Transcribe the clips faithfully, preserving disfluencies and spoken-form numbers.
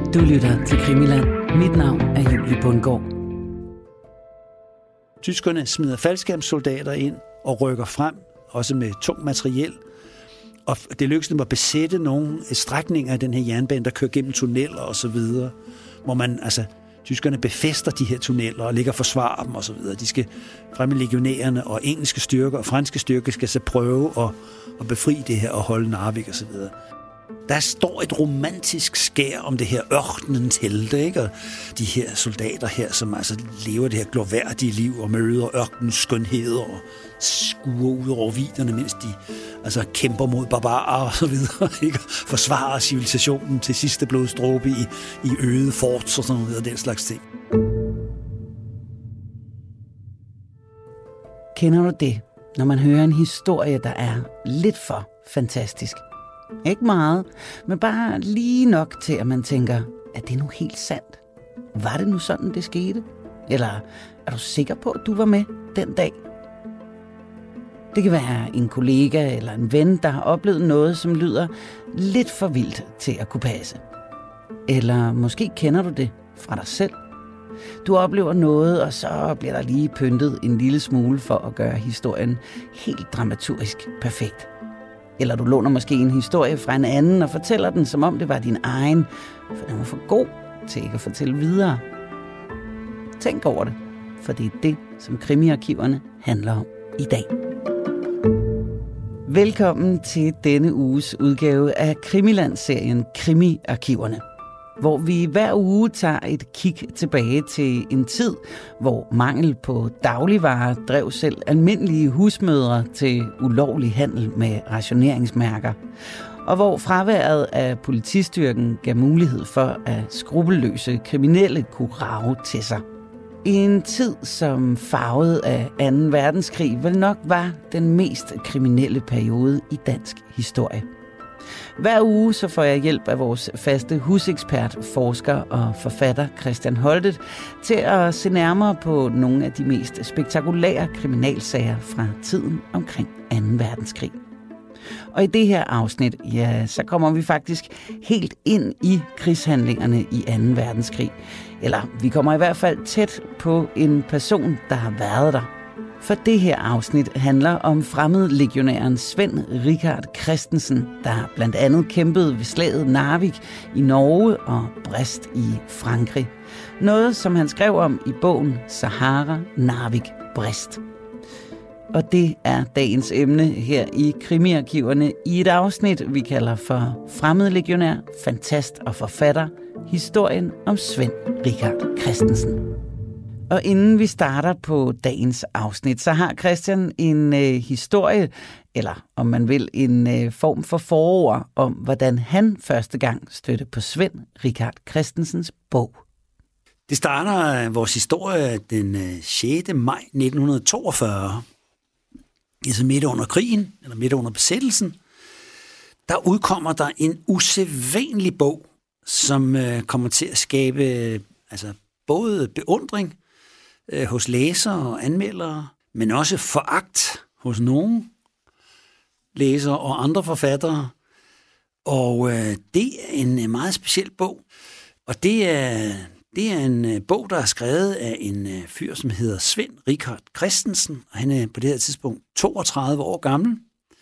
Du lytter til Krimiland. Mit navn er Julie Bundgaard. Tyskerne smider faldskærmssoldater ind og rykker frem, også med tung materiel. Og det lykkedes dem at besætte nogle strækninger af den her jernbane, der kører gennem tunneller og så videre, hvor man, altså, tyskerne befæster de her tunneller og ligger og forsvarer dem og så videre. De skal fremme legionærerne, og engelske styrker og franske styrker skal så prøve at, at befri det her og holde Narvik og så videre. Der står et romantisk skær om det her ørkenens helte, ikke? Og de her soldater her, som altså lever det her glorværdige liv og møder ørkenens skønheder og skuer ud over viderne, mens de altså kæmper mod barbarer og så videre, ikke? Forsvarer civilisationen til sidste blodstråbe i, i øde forts og sådan noget og den slags ting. Kender du det, når man hører en historie, der er lidt for fantastisk? Ikke meget, men bare lige nok til, at man tænker, er det nu helt sandt? Var det nu sådan, det skete? Eller er du sikker på, at du var med den dag? Det kan være en kollega eller en ven, der har oplevet noget, som lyder lidt for vildt til at kunne passe. Eller måske kender du det fra dig selv. Du oplever noget, og så bliver der lige pyntet en lille smule for at gøre historien helt dramaturgisk perfekt. Eller du låner måske en historie fra en anden og fortæller den, som om det var din egen, for den var for god til ikke at fortælle videre. Tænk over det, for det er det, som krimiarkiverne handler om i dag. Velkommen til denne uges udgave af Krimiland-serien Krimiarkiverne, hvor vi hver uge tager et kig tilbage til en tid, hvor mangel på dagligvarer drev selv almindelige husmødre til ulovlig handel med rationeringsmærker, og hvor fraværet af politistyrken gav mulighed for, at skrupelløse kriminelle kunne rage til sig. I en tid, som farvet af anden verdenskrig, vel nok var den mest kriminelle periode i dansk historie. Hver uge så får jeg hjælp af vores faste husekspert, forsker og forfatter Christian Holtet til at se nærmere på nogle af de mest spektakulære kriminalsager fra tiden omkring anden verdenskrig. Og i det her afsnit, ja, så kommer vi faktisk helt ind i krigshandlingerne i anden verdenskrig. Eller vi kommer i hvert fald tæt på en person, der har været der. For det her afsnit handler om fremmedlegionæren Svend Richard Christensen, der blandt andet kæmpede ved slaget Narvik i Norge og Brest i Frankrig. Noget, som han skrev om i bogen Sahara, Narvik, Brest. Og det er dagens emne her i Krimiarkiverne i et afsnit, vi kalder for Fremmedlegionær, fantast og forfatter, historien om Svend Richard Christensen. Og inden vi starter på dagens afsnit, så har Christian en øh, historie, eller om man vil, en øh, form for forord om, hvordan han første gang stødte på Svend Richard Christensens bog. Det starter vores historie den øh, sjette maj nitten toogfyrre, altså midt under krigen, eller midt under besættelsen. Der udkommer der en usædvanlig bog, som øh, kommer til at skabe øh, altså både beundring hos læsere og anmeldere, men også foragt hos nogle læsere og andre forfattere. Og øh, det er en meget speciel bog. Og det er, det er en bog, der er skrevet af en fyr, som hedder Svend Richard Christensen. Og han er på det her tidspunkt toogtredive år gammel.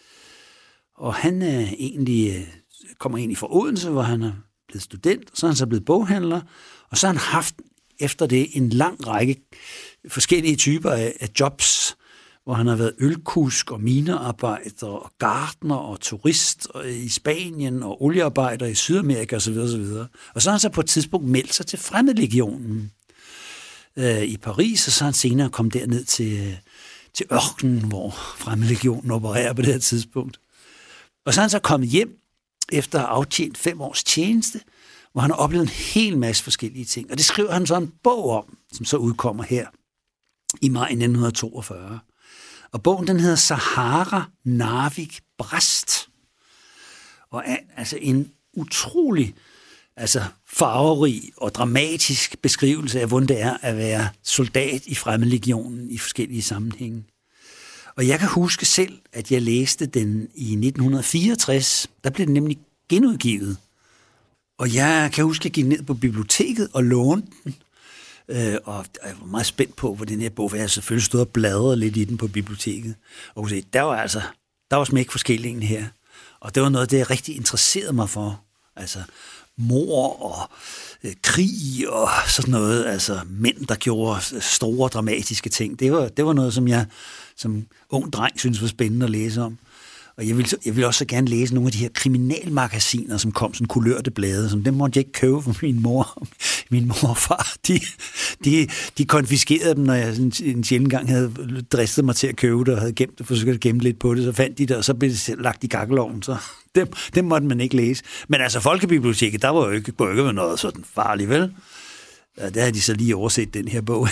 Og han er egentlig, kommer egentlig fra Odense, hvor han er blevet student. Så er han så blevet boghandler. Og så har han haft efter det en lang række forskellige typer af, af jobs, hvor han har været ølkusk og minearbejder og gartner og turist i Spanien og oliearbejder i Sydamerika osv. osv. Og så har han så på et tidspunkt meldt sig til Fremmedlegionen øh, i Paris, og så har han senere kommet derned til, til ørkenen, hvor Fremmedlegionen opererer på det her tidspunkt. Og så har han så kommet hjem efter at have aftjent fem års tjeneste, hvor han har oplevet en hel masse forskellige ting. Og det skriver han så en bog om, som så udkommer her i maj nitten toogfyrre. Og bogen, den hedder Sahara, Narvik, Brest. Og er altså en utrolig altså farverig og dramatisk beskrivelse af, hvordan det er at være soldat i Fremmedlegionen i forskellige sammenhænge. Og jeg kan huske selv, at jeg læste den i nitten fireogtres. Der blev den nemlig genudgivet. Og jeg kan huske, at jeg gik ned på biblioteket og lånte den. Øh, og jeg var meget spændt på, hvor den her bog, for jeg havde selvfølgelig stået og bladret lidt i den på biblioteket. Og kunne se, der var altså, der var smæk forskellige her. Og det var noget, det jeg rigtig interesserede mig for. Altså mord og øh, krig og sådan noget. Altså mænd, der gjorde store, dramatiske ting. Det var, det var noget, som jeg som ung dreng synes var spændende at læse om. Og jeg ville, jeg ville også så gerne læse nogle af de her kriminalmagasiner, som kom sådan kulørte blade, som dem måtte jeg ikke købe for min mor. Min mor og far, de, de, de konfiskerede dem, når jeg en, en sjældent gang havde dristet mig til at købe det, og havde gemt det, forsøgt at gemme lidt på det, så fandt de det, og så blev det lagt i kakkelovnen, så dem, dem måtte man ikke læse. Men altså, Folkebiblioteket, der var jo ikke, var jo ikke noget sådan farligt, vel? Ja, der havde de så lige overset den her bog.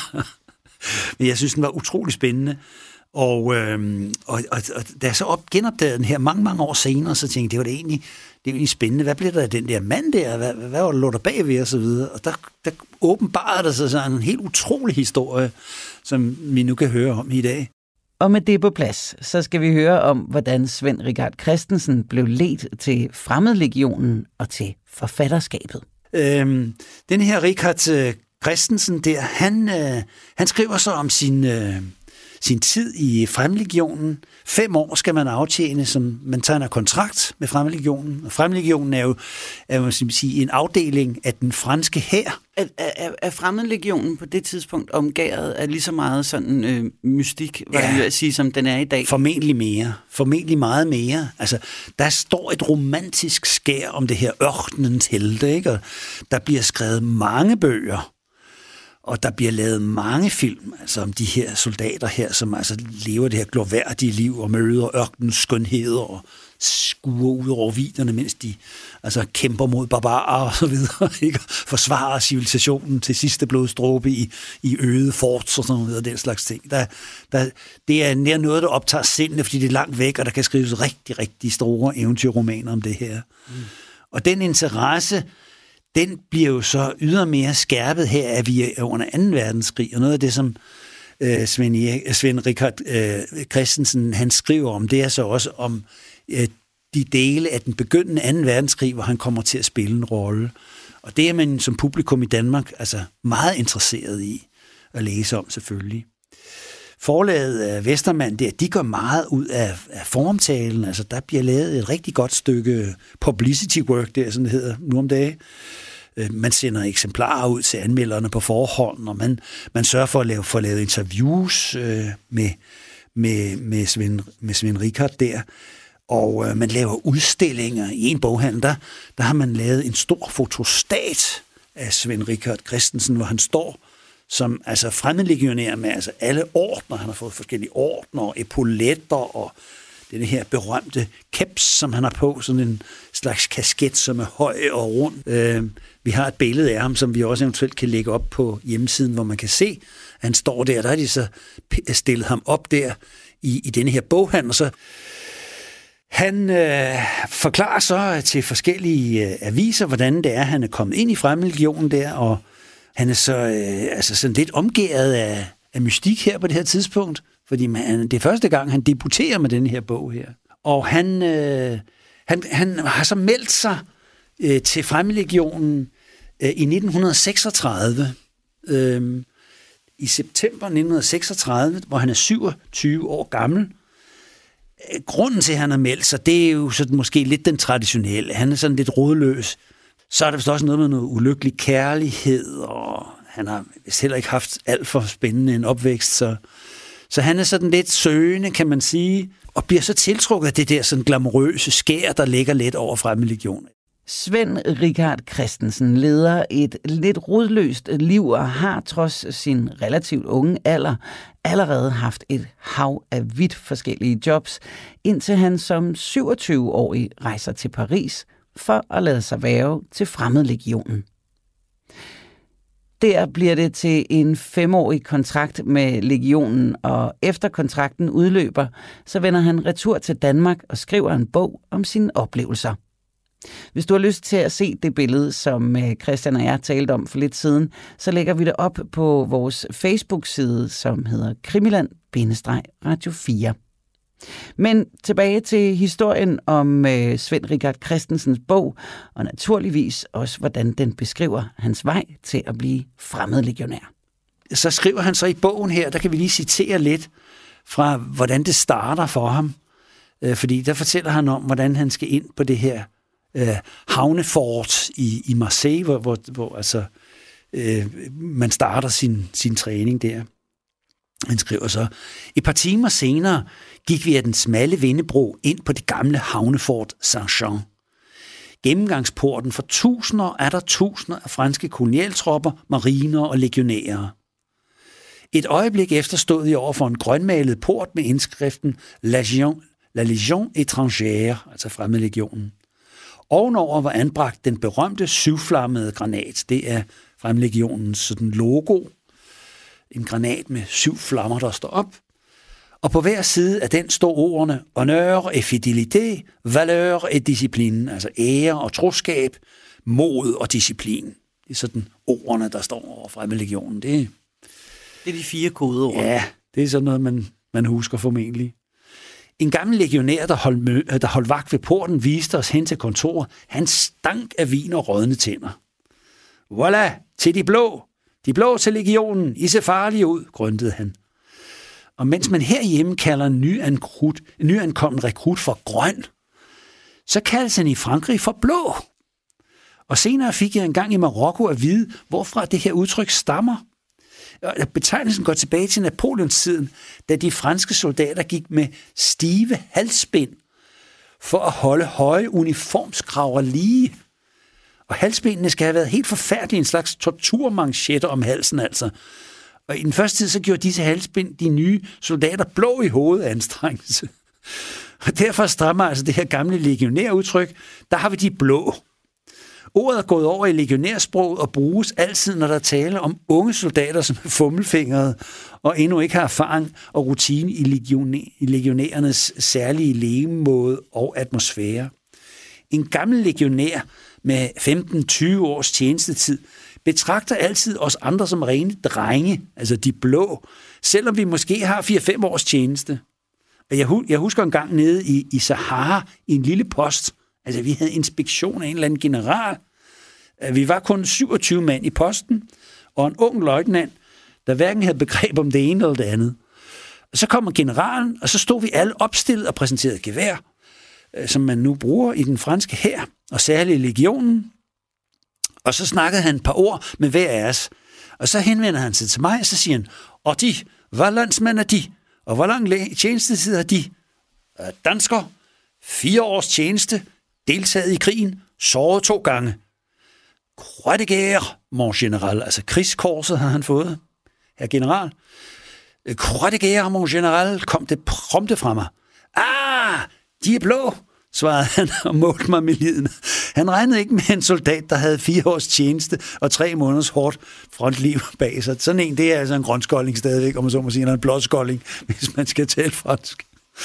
Men jeg synes, den var utrolig spændende. Og, øhm, og, og, og da jeg så op, genopdagede den her mange, mange år senere, så tænkte jeg, det var det egentlig, det var egentlig spændende. Hvad blev der af den der mand der? Hvad, hvad var der lå der bagved og så videre? Og der, der åbenbarede der sig sådan en helt utrolig historie, som vi nu kan høre om i dag. Og med det på plads, så skal vi høre om, hvordan Svend Richard Christensen blev ledt til Fremmedlegionen og til forfatterskabet. Øhm, den her Richard øh, Christensen der, han, øh, han skriver så om sin... Øh, sin tid i Fremmedlegionen. Fem år skal man aftjene, som man tegner kontrakt med Fremmedlegionen. Og Fremmedlegionen er jo, er jo sige, en afdeling af den franske hær. Er, er, er Fremmedlegionen på det tidspunkt omgæret af lige så meget sådan øh, mystik, hvad ja, jeg vil sige, som den er i dag? Formentlig mere. Formentlig meget mere. Altså, der står et romantisk skær om det her ørkenens helte, ikke? Og der bliver skrevet mange bøger. Og der bliver lavet mange film, altså om de her soldater her, som altså lever det her glorværdige liv og møder ørkenens skønheder og skuer ud over viderne, mens de altså kæmper mod barbarer og så videre, ikke? Forsvarer civilisationen til sidste blodstråbe i, i øde forts og sådan noget, og den slags ting. Der, der, det er nær noget, der optager sindene, fordi det er langt væk, og der kan skrives rigtig, rigtig store eventyrromaner om det her. Mm. Og den interesse, den bliver jo så ydermere skærpet her, at vi er under anden verdenskrig, og noget af det, som øh, Svend, Svend Richard øh, Christensen han skriver om, det er så også om øh, de dele af den begyndende anden verdenskrig, hvor han kommer til at spille en rolle. Og det er man som publikum i Danmark altså meget interesseret i at læse om, selvfølgelig. Forlaget af Vestermand, der, de går meget ud af, af formtalen. Altså, der bliver lavet et rigtig godt stykke publicity work, der, sådan det hedder nu om dagen. Man sender eksemplarer ud til anmelderne på forhånd, og man, man sørger for at lave, for at lave interviews øh, med, med, med, Svend, med Svend Richard der. Og øh, man laver udstillinger. I en boghandel, der, der har man lavet en stor fotostat af Svend Richard Christensen, hvor han står som altså fremmedlegionær med altså alle ordner. Han har fået forskellige ordner og epauletter og den her berømte caps, som han har på, sådan en slags kasket, som er høj og rund. Øh, vi har et billede af ham, som vi også eventuelt kan lægge op på hjemmesiden, hvor man kan se, at han står der. Der har de så stillet ham op der i, i denne her boghandel, og så han øh, forklarer så til forskellige øh, aviser, hvordan det er, han er kommet ind i Fremmedlegionen der, og han er så øh, altså sådan lidt omgæret af, af mystik her på det her tidspunkt, fordi man, det er første gang, han debuterer med den her bog her. Og han, øh, han, han har så meldt sig øh, til Fremmedlegionen øh, i nitten seksogtredive. Øh, I september nitten seksogtredive, hvor han er syvogtyve år gammel. Grunden til, at han har meldt sig, det er jo sådan måske lidt den traditionelle. Han er sådan lidt rodløs. Så er der vist også noget med noget ulykkelig kærlighed, og han har vist heller ikke haft alt for spændende en opvækst, så, så han er sådan lidt søgende, kan man sige, og bliver så tiltrukket af det der sådan glamourøse skær, der ligger lidt over Fremmedlegionen. Svend Richard Christensen leder et lidt rodløst liv og har trods sin relativt unge alder allerede haft et hav af vidt forskellige jobs, indtil han som syvogtyve-årig rejser til Paris for at lade sig hverve til Fremmedlegionen. Der bliver det til en femårig kontrakt med legionen, og efter kontrakten udløber, så vender han retur til Danmark og skriver en bog om sine oplevelser. Hvis du har lyst til at se det billede, som Christian og jeg talte om for lidt siden, så lægger vi det op på vores Facebook-side, som hedder Krimiland Radio fire. Men tilbage til historien om øh, Svend Richard Christensens bog, og naturligvis også, hvordan den beskriver hans vej til at blive fremmedlegionær. Så skriver han så i bogen her, der kan vi lige citere lidt fra, hvordan det starter for ham. Øh, fordi der fortæller han om, hvordan han skal ind på det her øh, havnefort i, i Marseille, hvor, hvor, hvor altså, øh, man starter sin, sin træning der. Han skriver så, et par timer senere gik vi af den smalle vindebro ind på det gamle havnefort Saint-Jean. Gennemgangsporten for tusinder er der tusinder af franske kolonialtropper, mariner og legionærer. Et øjeblik efter stod vi over for en grønmalet port med indskriften Legion, La Légion étrangère, altså fremmedlegionen. Ovenover var anbragt den berømte syvflammede granat. Det er fremmedlegionens sådan logo. En granat med syv flammer, der står op. Og på hver side af den står ordene honneur et fidélité, valeur et discipline, altså ære og troskab, mod og disciplin. Det er sådan ordene, der står over fremmedlegionen. Det, det er de fire kodeord. Ja, det er sådan noget, man, man husker formentlig. En gammel legionær, der holdt, mø- der holdt vagt ved porten, viste os hen til kontoret. Han stank af vin og rådne tænder. Voilà, til de blå. De blå til legionen. I ser farlige ud, grøntede han. Og mens man herhjemme kalder en nyankommen, nyankommen rekrut for grøn, så kaldes han i Frankrig for blå. Og senere fik jeg engang i Marokko at vide, hvorfra det her udtryk stammer. Betegnelsen går tilbage til Napoleonstiden, da de franske soldater gik med stive halsbind for at holde høje uniformskraver lige. Og halsbindene skal have været helt forfærdelige, en slags torturmanchetter om halsen altså. Og i den første tid, så gjorde disse halsbind de nye soldater blå i hovedet af anstrengelse. Og derfor strammer altså det her gamle legionærudtryk, der har vi de blå. Ordet er gået over i legionærsproget og bruges altid, når der taler om unge soldater, som er fummelfingrede og endnu ikke har erfaring og rutine i, legionæ- i legionærernes særlige legemåde og atmosfære. En gammel legionær med femten til tyve års tjenestetid betragter altid os andre som rene drenge, altså de blå, selvom vi måske har fire til fem års tjeneste. Og jeg, jeg husker en gang nede i, i Sahara i en lille post, altså vi havde inspektion af en eller anden general. Vi var kun syvogtyve mand i posten, og en ung løjtnant, der hverken havde begreb om det ene eller det andet. Og så kommer generalen, og så stod vi alle opstillet og præsenterede gevær, som man nu bruger i den franske hær, og særligt i legionen. Og så snakkede han et par ord med hver af os. Og så henvender han sig til mig, og så siger han, og de, hvad landsmænd er de? Og hvor lang tjenestetid har de? Dansker, fire års tjeneste, deltaget i krigen, såret to gange. Croix de guerre, mon general, altså krigskorset har han fået, herr general. Croix de guerre, mon general, kom det prompte fra mig. Ah, de er blå, svarede han og målte mig med liden. Han regnede ikke med en soldat, der havde fire års tjeneste og tre måneders hårdt frontliv bag sig. Sådan en, det er altså en grønskolding stadigvæk, om man så må sige, eller en blåskolding, hvis man skal tale fransk.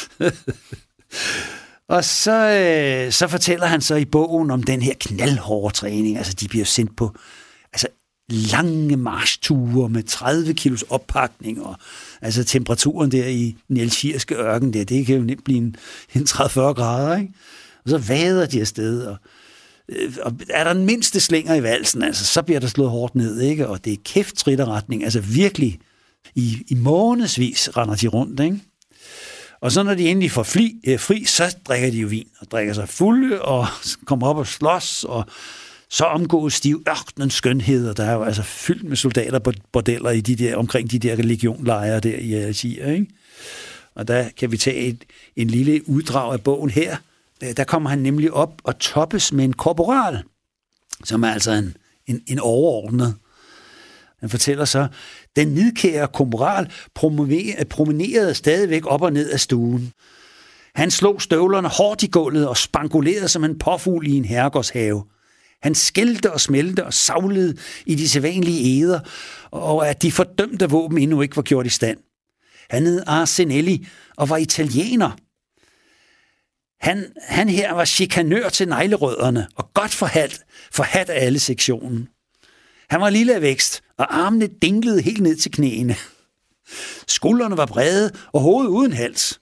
Og så, øh, så fortæller han så i bogen om den her knaldhårde træning. Altså, de bliver sendt på altså, lange marchture med tredive kilos oppakning, og altså temperaturen der i den algeriske ørken der, det kan jo nemt blive en, en tredive til fyrre grader, ikke? Og så vader de afsted, og, øh, og er der den mindste slinger i valsen, altså, så bliver der slået hårdt ned, ikke? Og det er kæft-tritterretning, altså virkelig i, i månedsvis render de rundt, ikke? Og så når de endelig får fri, øh, fri, så drikker de jo vin, og drikker sig fulde, og kommer op og slås, og så omgås de jo ørkenens skønheder, der er jo altså fyldt med soldater på bordeller i de der, omkring de der legionlejre der i Algier, ikke? Og der kan vi tage et, en lille uddrag af bogen her. Der kommer han nemlig op og toppes med en korporal, som er altså en, en, en overordnet. Han fortæller så, den nidkære korporal promenerede stadigvæk op og ned af stuen. Han slog støvlerne hårdt i gulvet og spangulerede som en påfugl i en herregårdshave. Han skældte og smelte og savlede i de sædvanlige eder, og at de fordømte våben endnu ikke var gjort i stand. Han hed Arsenelli og var italiener. Han, han her var chikanør til neglerødderne og godt forhat, forhat af alle sektionen. Han var lille af vækst, og armene dinglede helt ned til knæene. Skuldrene var brede og hovedet uden hals.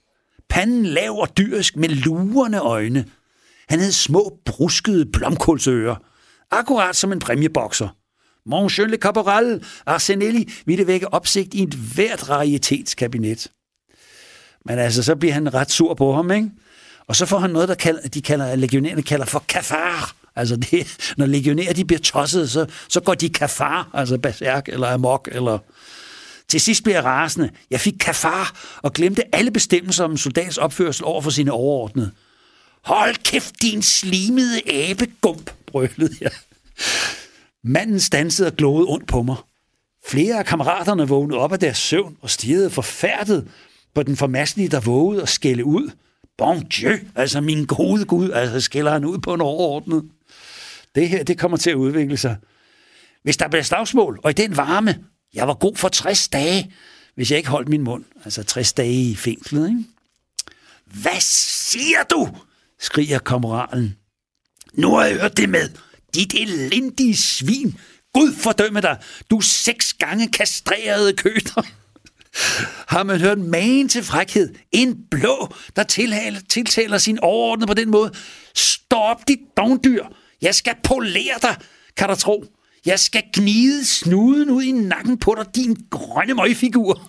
Panden lav og dyrisk med lurende øjne. Han havde små, bruskede blomkålsører. Akkurat som en præmiebokser. Monsieur le Caporal Arsenelli ville vække opsigt i et hvert raritetskabinet. Men altså, så bliver han ret sur på ham, ikke? Og så får han noget, der kalder, de kalder, legionærerne kalder for kafar. Altså, det, når legionærer de bliver tosset, så, så går de kafar, altså berserk eller amok, eller... Til sidst blev jeg rasende. Jeg fik kafar og glemte alle bestemmelser om en soldats opførsel over for sine overordnede. Hold kæft, din slimede æbegump, brølede jeg. Manden stansede og glåede ondt på mig. Flere af kammeraterne vågnede op af deres søvn og stirrede forfærdet på den formaslige, der vågede at skælde ud. Bon Dieu, altså min gode Gud, altså skælder han ud på en overordnet. Det her, det kommer til at udvikle sig. Hvis der bliver slagsmål, og i den varme, jeg var god for tres dage, hvis jeg ikke holdt min mund. Altså tres dage i fængslet, ikke? Hvad siger du? Skriger kammeralen. Nu har jeg hørt det med. Dit elendige svin. Gud fordømme dig. Du seks gange kastrerede køter. Har man hørt magen til frækhed? En blå, der tiltaler, tiltaler sin overordnede på den måde. Stop dit dovndyr. Jeg skal polere dig, kan du tro. Jeg skal gnide snuden ud i nakken på dig, din grønne møgfigur.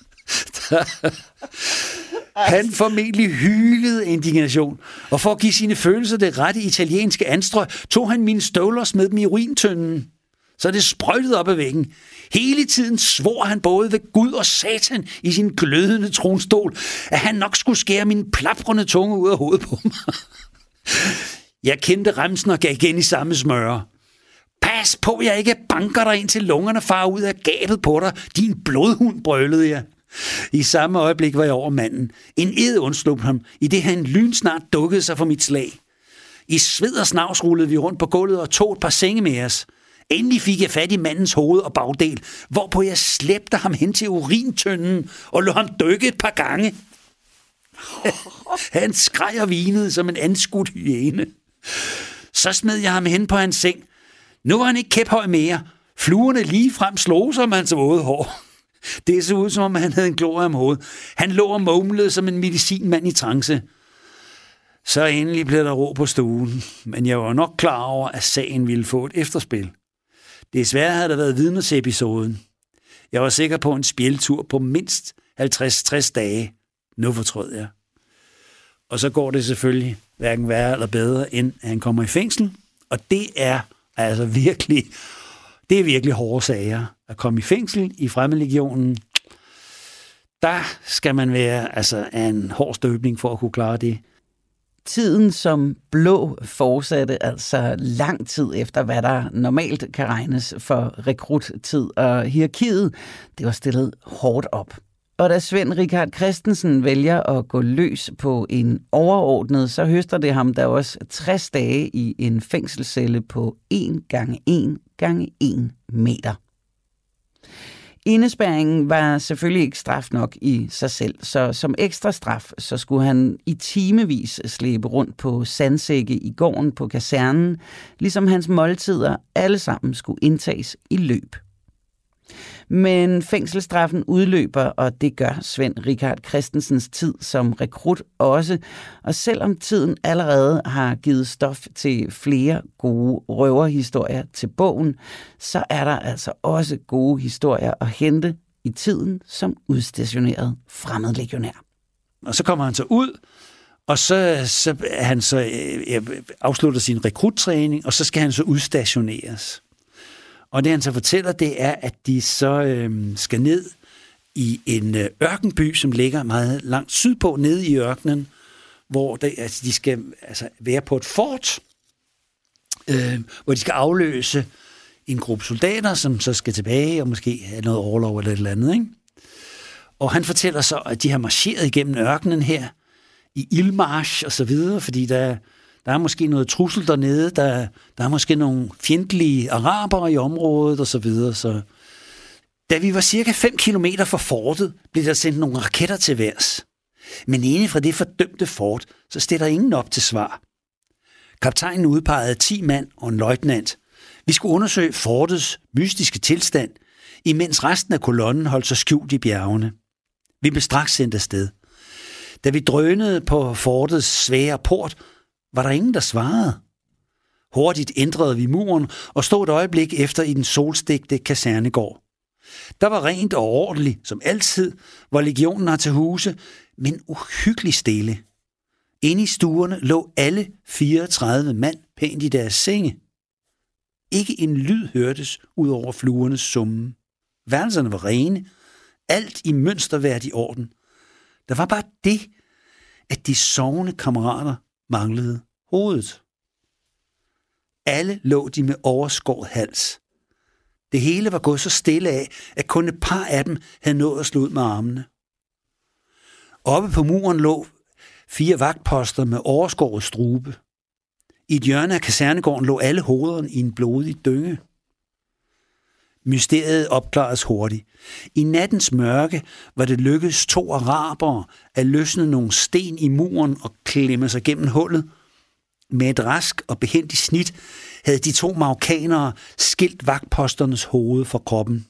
Han formentlig hylede indignation, og for at give sine følelser det rette italienske anstrøg, tog han mine støvler og smed dem i urintønden. Så det sprøjtede op ad væggen. Hele tiden svor han både ved Gud og Satan i sin glødende tronstol, at han nok skulle skære min plaprende tunge ud af hovedet på mig. Jeg kendte remsen og gav igen i samme smøre. Pas på, jeg ikke banker dig ind til lungerne far ud af gabet på dig, din blodhund, brølede jeg. I samme øjeblik var jeg over manden. En ed undslog ham, i det han lynsnart dukkede sig for mit slag. I sved og snavs rullede vi rundt på gulvet og tog et par senge med os. Endelig fik jeg fat i mandens hoved og bagdel, hvorpå jeg slæbte ham hen til urintønden og lå ham dykke et par gange. Han skreg og vinede som en anskudt hyæne. Så smed jeg ham hen på hans seng. Nu var han ikke kæphøj mere. Fluerne lige frem slog sig om hans våde hår. Det så ud, som om han havde en glorie om hovedet. Han lå og mumlede som en medicinmand i trance. Så endelig blev der ro på stuen, men jeg var nok klar over, at sagen ville få et efterspil. Desværre havde der været vidner til episoden. Jeg var sikker på en spjæltur på mindst halvtreds til tres dage. Nu fortrød jeg. Og så går det selvfølgelig hverken værre eller bedre, end at han kommer i fængsel. Og det er altså virkelig, det er virkelig hårde sager. At komme i fængsel i Fremmedlegionen, der skal man være altså en hård støbning for at kunne klare det. Tiden som blå fortsatte altså lang tid efter, hvad der normalt kan regnes for rekruttid, og hierarkiet, det var stillet hårdt op. Og da Svend Richard Christensen vælger at gå løs på en overordnet, så høster det ham der også tres dage i en fængselscelle på en gange en gange en meter. Indespærringen var selvfølgelig ikke straf nok i sig selv, så som ekstra straf, så skulle han i timevis slæbe rundt på sandsække i gården på kasernen, ligesom hans måltider alle sammen skulle indtages i løb. Men fængselsstraffen udløber, og det gør Svend Richard Christensens tid som rekrut også. Og selvom tiden allerede har givet stof til flere gode røverhistorier til bogen, så er der altså også gode historier at hente i tiden som udstationeret fremmedlegionær. Og så kommer han så ud, og så, så han så øh, afslutter sin rekruttræning, og så skal han så udstationeres. Og det han så fortæller, det er, at de så øh, skal ned i en øh, ørkenby, som ligger meget langt sydpå, nede i ørkenen, hvor de, altså, de skal altså, være på et fort, øh, hvor de skal afløse en gruppe soldater, som så skal tilbage og måske have noget overlov eller et eller andet. Ikke? Og han fortæller så, at de har marcheret igennem ørkenen her, i ildmarch og så videre, fordi der Der er måske noget trussel dernede, der, der er måske nogle fjendtlige arabere i området og så videre. Så da vi var cirka fem kilometer fra fortet, blev der sendt nogle raketter til værs. Men inde fra det fordømte fort, så stiller ingen op til svar. Kaptajnen udpegede ti mand og en løjtnant. Vi skulle undersøge fortets mystiske tilstand, imens resten af kolonnen holdt sig skjult i bjergene. Vi blev straks sendt afsted. Da vi drønede på fortets svære port, var der ingen, der svarede. Hurtigt ændrede vi muren og stod et øjeblik efter i den solstegte kasernegård. Der var rent og ordentligt, som altid, hvor legionen har til huse, men uhyggeligt stille. Inde i stuerne lå alle fireogtredive mand pænt i deres senge. Ikke en lyd hørtes ud over fluernes summen. Værelserne var rene, alt i mønsterværdig orden. Der var bare det, at de sovende kammerater manglede hovedet. Alle lå de med overskåret hals. Det hele var gået så stille af, at kun et par af dem havde nået at slå ud med armene. Oppe på muren lå fire vagtposter med overskåret strube. I et hjørne af kasernegården lå alle hovederne i en blodig dynge. Mysteriet opklares hurtigt. I nattens mørke var det lykkedes to arabere at løsne nogle sten i muren og klemme sig gennem hullet. Med et rask og behændigt snit havde de to marokkanere skilt vagtposternes hoved fra kroppen.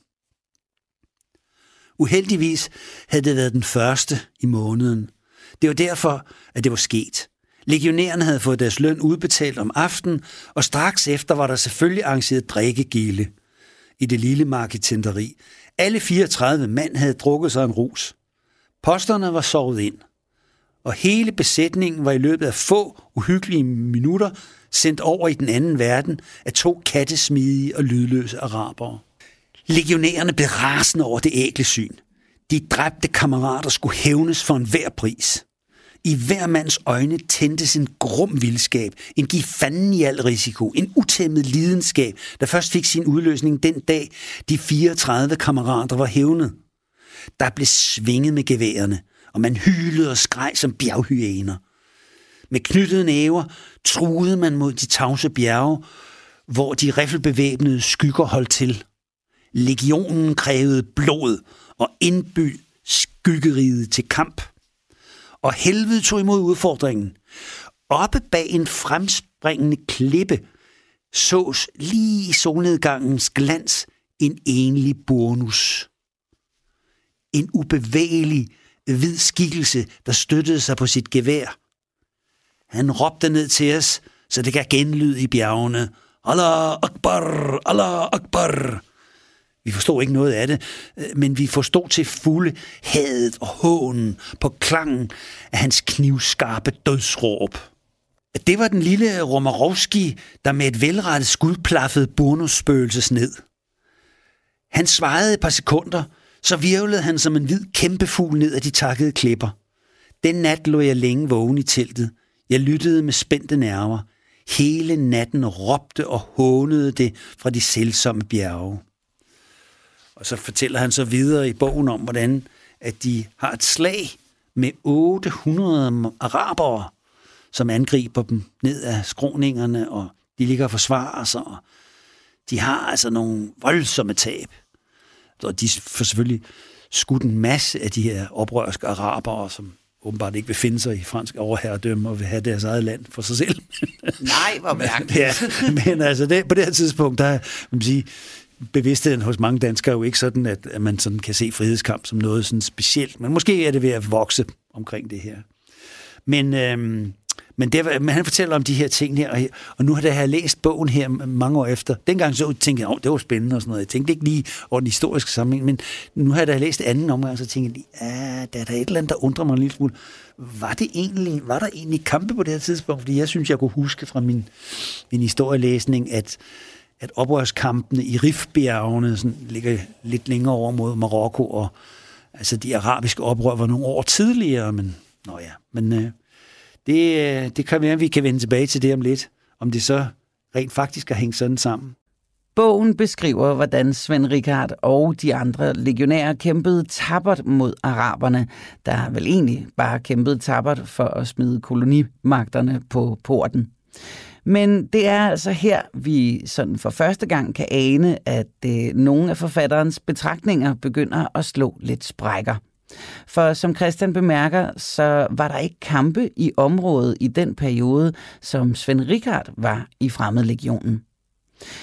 Uheldigvis havde det været den første i måneden. Det var derfor, at det var sket. Legionærerne havde fået deres løn udbetalt om aftenen, og straks efter var der selvfølgelig arrangeret drikkegilde i det lille marketenteri. Alle fireogtredive mand havde drukket sig en rus. Posterne var sovet ind, og hele besætningen var i løbet af få uhyggelige minutter sendt over i den anden verden af to kattesmidige og lydløse arabere. Legionærerne blev rasende over det ægle syn. De dræbte kammerater skulle hævnes for enhver pris. I hver mands øjne tændtes en grum vildskab, en giv fanden i al risiko, en utæmmet lidenskab, der først fik sin udløsning den dag, de fireogtredive kammerater var hævnet. Der blev svinget med geværerne, og man hylede og skreg som bjerghyæner. Med knyttede næver truede man mod de tavse bjerge, hvor de riffelbevæbnede skygger holdt til. Legionen krævede blod og indbyd skyggeriget til kamp. Og helvede tog imod udfordringen. Oppe bag en fremspringende klippe sås lige i solnedgangens glans en enlig burnus. En ubevægelig hvid skikkelse, der støttede sig på sit gevær. Han råbte ned til os, så det gav genlyd i bjergene. Allah Akbar! Allah Akbar! Vi forstod ikke noget af det, men vi forstod til fulde hadet og hånen på klangen af hans knivskarpe dødsråb. Det var den lille Romarovski, der med et velrettet skud plaffede Burnus-spøgelses ned. Han svajede et par sekunder, så virvlede han som en hvid kæmpefugl ned af de takkede klipper. Den nat lå jeg længe vågen i teltet. Jeg lyttede med spændte nerver. Hele natten råbte og hånede det fra de selvsomme bjerge. Og så fortæller han så videre i bogen om, hvordan at de har et slag med otte hundrede arabere, som angriber dem ned af skråningerne, og de ligger og forsvarer sig, og de har altså nogle voldsomme tab. Og de får selvfølgelig skudt en masse af de her oprørske arabere, som åbenbart ikke vil finde sig i fransk overherredømme og vil have deres eget land for sig selv. Nej, hvor mærkeligt. Ja, men altså det, på det her tidspunkt, der vil man sige, bevidstheden hos mange danskere er jo ikke sådan, at, at man sådan kan se frihedskamp som noget sådan specielt, men måske er det ved at vokse omkring det her. Men, øhm, men, det, men han fortæller om de her ting her, og, og nu har jeg læst bogen her mange år efter. Dengang så tænkte jeg, oh, det var spændende og sådan noget. Jeg tænkte ikke lige over den historiske sammenhæng, men nu har jeg da læst anden omgang, så tænkte jeg lige, ah, der er der et eller andet, der undrer mig en lille smule. Var, det egentlig, var der egentlig kampe på det her tidspunkt? Fordi jeg synes, jeg kunne huske fra min, min historielæsning, at at oprørskampene i Rifbjergene sådan, ligger lidt længere over mod Marokko, og altså de arabiske oprør var nogle år tidligere, men nå ja, men øh, det, det kan være, at vi kan vende tilbage til det om lidt, om det så rent faktisk har hængt sådan sammen. Bogen beskriver, hvordan Svend Richard og de andre legionærer kæmpede tappert mod araberne, der vel egentlig bare kæmpede tappert for at smide kolonimagterne på porten. Men det er altså her, vi sådan for første gang kan ane, at øh, nogle af forfatterens betragtninger begynder at slå lidt sprækker. For som Christian bemærker, så var der ikke kampe i området i den periode, som Svend Richard var i Fremmedlegionen.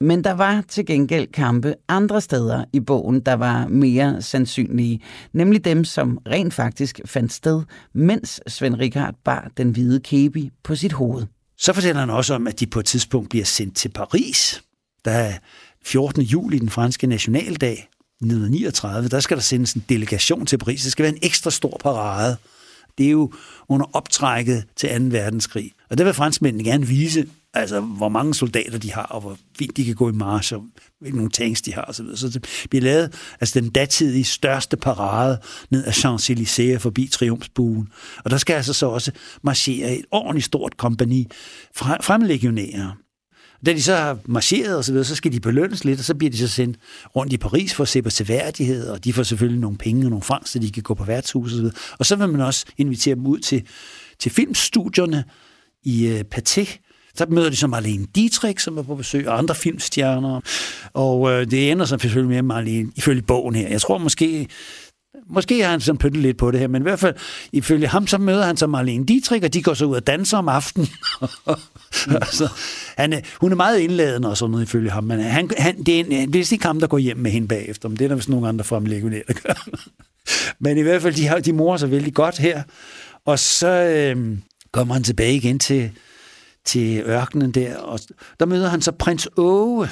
Men der var til gengæld kampe andre steder i bogen, der var mere sandsynlige, nemlig dem, som rent faktisk fandt sted, mens Svend Richard bar den hvide kæbi på sit hoved. Så fortæller han også om, at de på et tidspunkt bliver sendt til Paris. Der er fjortende juli, den franske nationaldag, nitten niogtredive, der skal der sendes en delegation til Paris. Det skal være en ekstra stor parade. Det er jo under optrækket til anden verdenskrig. Og der vil franskmændene gerne vise, altså hvor mange soldater de har, og hvor fint de kan gå i march, og hvilke nogle tanks de har osv. Så det bliver lavet altså den datidige største parade ned ad Champs-Élysées forbi Triumfbuen. Og der skal altså så også marchere et ordentligt stort kompagni fremmedlegionærer. Da de så har marcheret og så videre, så skal de belønnes lidt, og så bliver de så sendt rundt i Paris for at se på seværdighed, og de får selvfølgelig nogle penge og nogle francs, så de kan gå på værtshus og så videre. Og så vil man også invitere dem ud til, til filmstudierne i uh, Pathé. Så møder de så Marlene Dietrich, som er på besøg, og andre filmstjerner. Og øh, det ender så selvfølgelig med Marlene, ifølge bogen her. Jeg tror måske, måske har han sådan pyntet lidt på det her, men i hvert fald, ifølge ham, så møder han så Marlene Dietrich, og de går så ud og danser om aftenen. altså, han er, hun er meget indladende og sådan noget, ifølge ham, men han, han, det, er en, det er ikke ham, der går hjem med hende bagefter, men det er der vist nogle andre fremmedlegionærer, der gør. Men i hvert fald, de, har, de morer sig vældig godt her, og så øh, kommer han tilbage igen til til ørkenen der, og der møder han så prins Åge.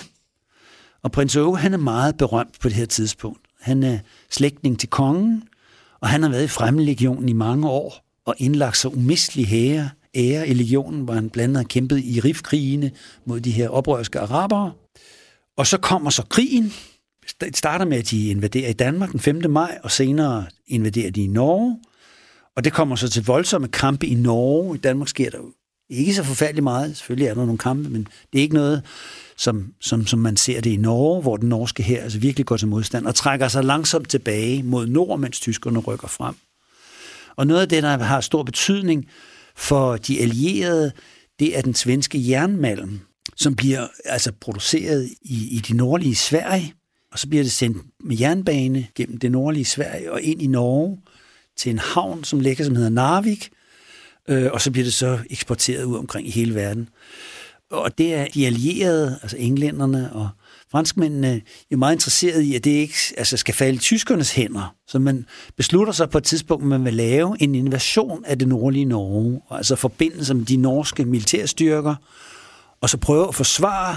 Og prins Åge, han er meget berømt på det her tidspunkt. Han er slægtning til kongen, og han har været i Fremmedlegionen i mange år, og indlagt sig umistelig ære, ære i legionen, hvor han blandt andet har kæmpet i Rifkrigene mod de her oprørske arabere. Og så kommer så krigen. Det starter med, at de invaderer i Danmark den femte maj, og senere invaderer de i Norge. Og det kommer så til voldsomme kampe i Norge. I Danmark sker der jo ikke så forfærdeligt meget. Selvfølgelig er der nogle kampe, men det er ikke noget, som, som, som man ser det i Norge, hvor den norske hær altså virkelig går til modstand og trækker sig langsomt tilbage mod nord, mens tyskerne rykker frem. Og noget af det, der har stor betydning for de allierede, det er den svenske jernmalm, som bliver altså produceret i, i det nordlige Sverige, og så bliver det sendt med jernbane gennem det nordlige Sverige og ind i Norge til en havn, som ligger, som hedder Narvik, og så bliver det så eksporteret ud omkring i hele verden. Og det er de allierede, altså englænderne og franskmændene, jo meget interesserede i, at det ikke altså skal falde i tyskernes hænder. Så man beslutter sig på et tidspunkt, at man vil lave en invasion af det nordlige Norge, og altså forbindelse med de norske militærstyrker, og så prøve at forsvare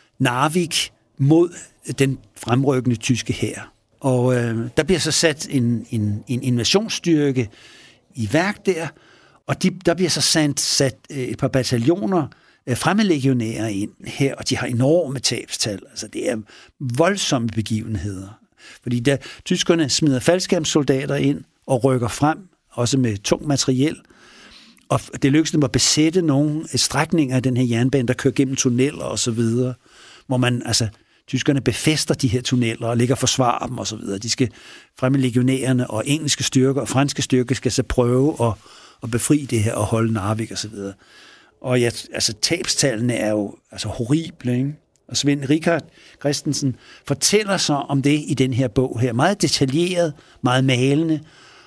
Narvik mod den fremrykkende tyske hær. Og øh, der bliver så sat en, en, en invasionsstyrke i værk der, og de, der bliver så sat, sat et par bataljoner øh, fremmedlegionærer ind her, og de har enorme tabstal. Altså det er voldsomme begivenheder. Fordi da tyskerne smider faldskærmssoldater ind og rykker frem, også med tung materiel, og det lykkedes dem at besætte nogle strækninger af den her jernbane, der kører gennem tunneller og så videre, hvor man, altså, tyskerne befæster de her tunneller og ligger og forsvarer dem og så videre. De skal fremmedlegionærerne og engelske styrker og franske styrker skal så prøve at og befri det her og holde Narvik og så videre. Og ja, altså tabstallene er jo altså horrible, ikke? Og Svend Richard Christensen fortæller så om det i den her bog her. Meget detaljeret, meget malende,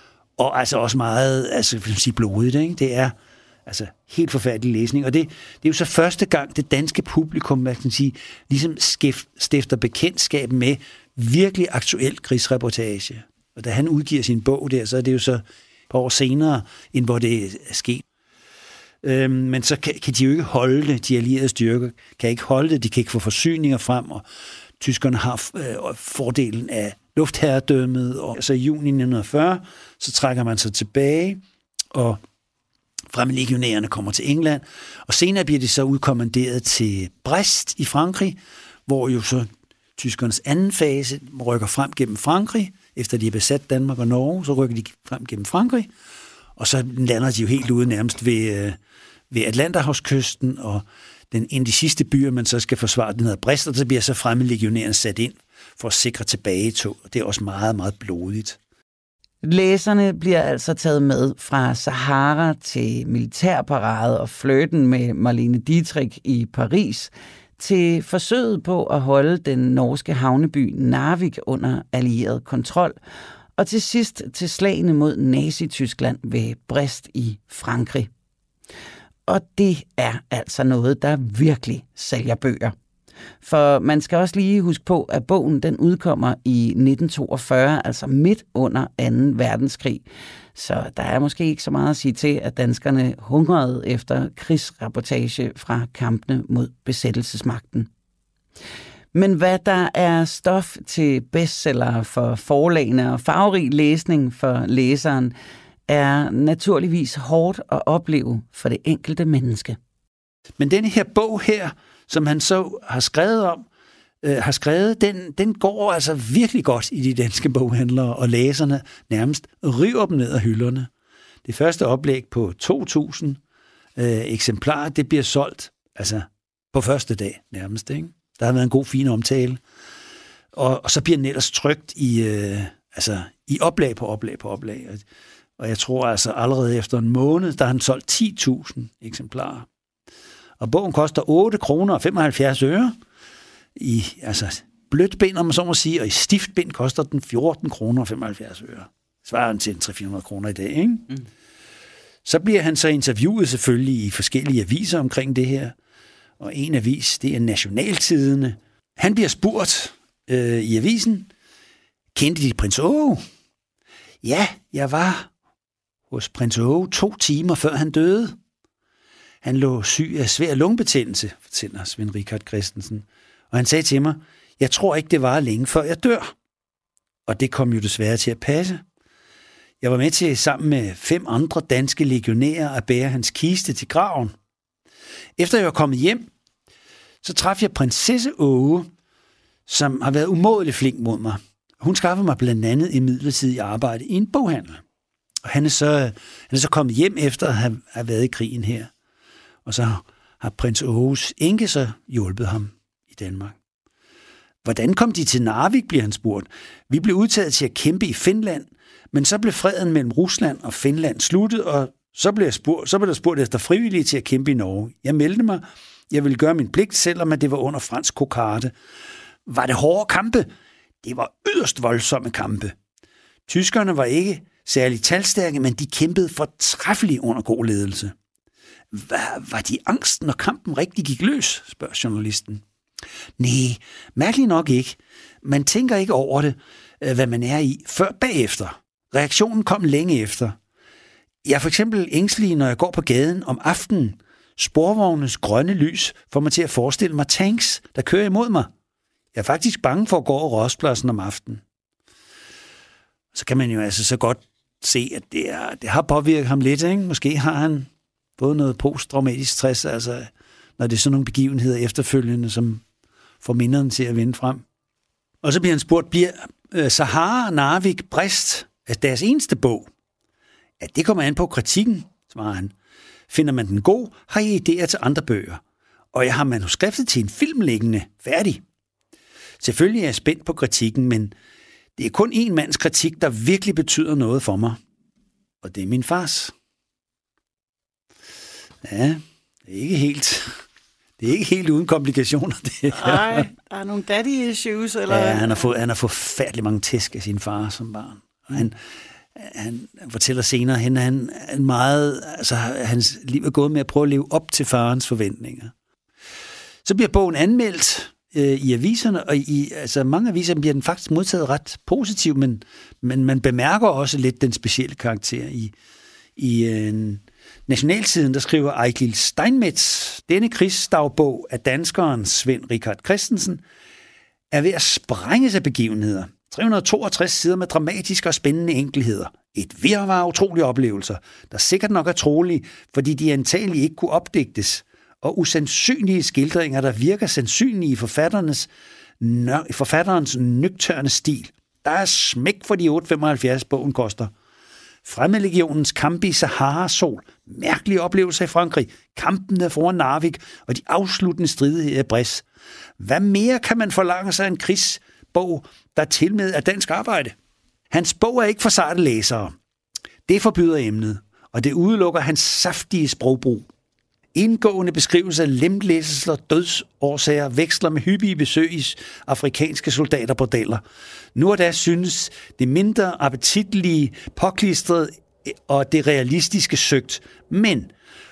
og altså også meget, altså vil sige blodigt, ikke? Det er altså helt forfærdelig læsning. Og det, det er jo så første gang, det danske publikum, hvad kan man sige, ligesom stifter bekendtskab med virkelig aktuel krigsreportage. Og da han udgiver sin bog der, så er det jo så et par år senere, end hvor det er sket. Øhm, men så kan, kan de jo ikke holde det, de allierede styrker kan ikke holde det, de kan ikke få forsyninger frem, og tyskerne har øh, fordelen af luftherredømmet, og så i juni nitten fyrre, så trækker man sig tilbage, og fremmedlegionærerne kommer til England, og senere bliver de så udkommanderet til Brest i Frankrig, hvor jo så tyskernes anden fase rykker frem gennem Frankrig. Efter de har besat Danmark og Norge, så rykker de frem gennem Frankrig, og så lander de jo helt ude nærmest ved, ved Atlanterhavskysten, og den, en af de sidste byer, man så skal forsvare, den hedder Brest, og så bliver så fremmedlegionærerne sat ind for at sikre tilbagetog. Det er også meget, meget blodigt. Læserne bliver altså taget med fra Sahara til militærparade og flirten med Marlene Dietrich i Paris, til forsøget på at holde den norske havneby Narvik under allieret kontrol, og til sidst til slagene mod Nazi-Tyskland ved Brest i Frankrig. Og det er altså noget, der virkelig sælger bøger. For man skal også lige huske på, at bogen den udkommer i nitten toogfyrre, altså midt under anden verdenskrig. Så der er måske ikke så meget at sige til, at danskerne hungrede efter krigsrapportage fra kampene mod besættelsesmagten. Men hvad der er stof til bestseller for forlagene og farverig læsning for læseren, er naturligvis hårdt at opleve for det enkelte menneske. Men denne her bog her, som han så har skrevet om, øh, har skrevet, den, den går altså virkelig godt i de danske boghandlere, og læserne nærmest river dem ned af hylderne. Det første oplæg på to tusind øh, eksemplarer, det bliver solgt altså på første dag nærmest, ikke? Der har været en god, fin omtale. Og, og så bliver den ellers trykt i, øh, altså, i oplag på oplag på oplag. Og, og jeg tror altså allerede efter en måned, der har han solgt ti tusind eksemplarer. Og bogen koster otte kroner og femoghalvfjerds øre. I altså, blødt bind, om man så må sige, og i stift bind koster den fjorten kroner og femoghalvfjerds øre. Svarer den til tre til fire hundrede kroner i dag, ikke? Mm. Så bliver han så interviewet selvfølgelig i forskellige aviser omkring det her. Og en avis, det er Nationaltidende. Han bliver spurgt øh, i avisen, kendte de prins Åge? Ja, jeg var hos prins Åge to timer før han døde. Han lå syg af svær lungebetændelse, fortæller Svend Richard Christensen. Og han sagde til mig, jeg tror ikke, det var længe før jeg dør. Og det kom jo desværre til at passe. Jeg var med til sammen med fem andre danske legionærer at bære hans kiste til graven. Efter jeg var kommet hjem, så traf jeg prinsesse Åge, som har været umådelig flink mod mig. Hun skaffede mig blandt andet en midlertidig arbejde i en boghandel. Og han er så, han er så kommet hjem efter at have, have været i krigen her. Og så har prins Åges enke så hjulpet ham i Danmark. Hvordan kom de til Narvik, bliver han spurgt. Vi blev udtaget til at kæmpe i Finland, men så blev freden mellem Rusland og Finland sluttet, og så blev, jeg spurgt, så blev der spurgt efter frivillige til at kæmpe i Norge. Jeg meldte mig. Jeg ville gøre min pligt, selvom det var under fransk kokarde. Var det hårde kampe? Det var yderst voldsomme kampe. Tyskerne var ikke særlig talstærke, men de kæmpede fortræffeligt under god ledelse. Var, var de angst, når kampen rigtig gik løs, spørger journalisten. Nej, mærkeligt nok ikke. Man tænker ikke over det, hvad man er i, før bagefter. Reaktionen kom længe efter. Jeg er for eksempel ængstelig, når jeg går på gaden om aftenen. Sporvognes grønne lys får mig til at forestille mig tanks, der kører imod mig. Jeg er faktisk bange for at gå over Rådspladsen om aftenen. Så kan man jo altså så godt se, at det, er, det har påvirket ham lidt, ikke? Måske har han fået noget posttraumatisk stress, altså når det er sådan nogle begivenheder efterfølgende, som får minderne til at vende frem. Og så bliver han spurgt, bliver uh, Sahara, Narvik, Brest af deres eneste bog? Ja, det kommer an på kritikken, svarer han. Finder man den god, har jeg idéer til andre bøger. Og jeg har manuskriptet til en film liggende færdig. Selvfølgelig er jeg spændt på kritikken, men det er kun en mands kritik, der virkelig betyder noget for mig. Og det er min fars. Ja, det er ikke helt, det er ikke helt uden komplikationer, det. Nej, der er nogle daddy issues, eller? Ja, han har fået, han har fået forfærdelig mange tæsk af sin far som barn. Og han, han fortæller senere hen, at han, han meget, altså, hans liv er gået med at prøve at leve op til farens forventninger. Så bliver bogen anmeldt øh, i aviserne, og i altså, mange aviser bliver den faktisk modtaget ret positivt, men, men man bemærker også lidt den specielle karakter i, i øh, Nationaltiden, der skriver Eigil Steinmetz, denne krigsdagbog af danskeren Svend Richard Christensen, er ved at sprænge sig begivenheder. tre hundrede og toogtres sider med dramatiske og spændende enkelheder. Et virvar af utrolige oplevelser, der sikkert nok er trolige, fordi de antageligt ikke kunne opdigtes, og usandsynlige skildringer, der virker sandsynlige i forfatterens, nø- forfatterens nøgtørne stil. Der er smæk for de otte komma femoghalvfjerds bogen koster. Fremmedlegionens kampe i Sahara-sol, mærkelige oplevelser i Frankrig, kampene foran Narvik og de afsluttende stridigheder i Brest. Hvad mere kan man forlange sig en krigsbog, der tilmed er dansk arbejde? Hans bog er ikke for sarte læsere. Det forbyder emnet, og det udelukker hans saftige sprogbrug. Indgående beskrivelse af lemlæsselser og dødsårsager veksler med hyppige besøg i afrikanske soldaterbordeller. Nu og da synes det mindre appetitlige, påklistret og det realistiske søgt, men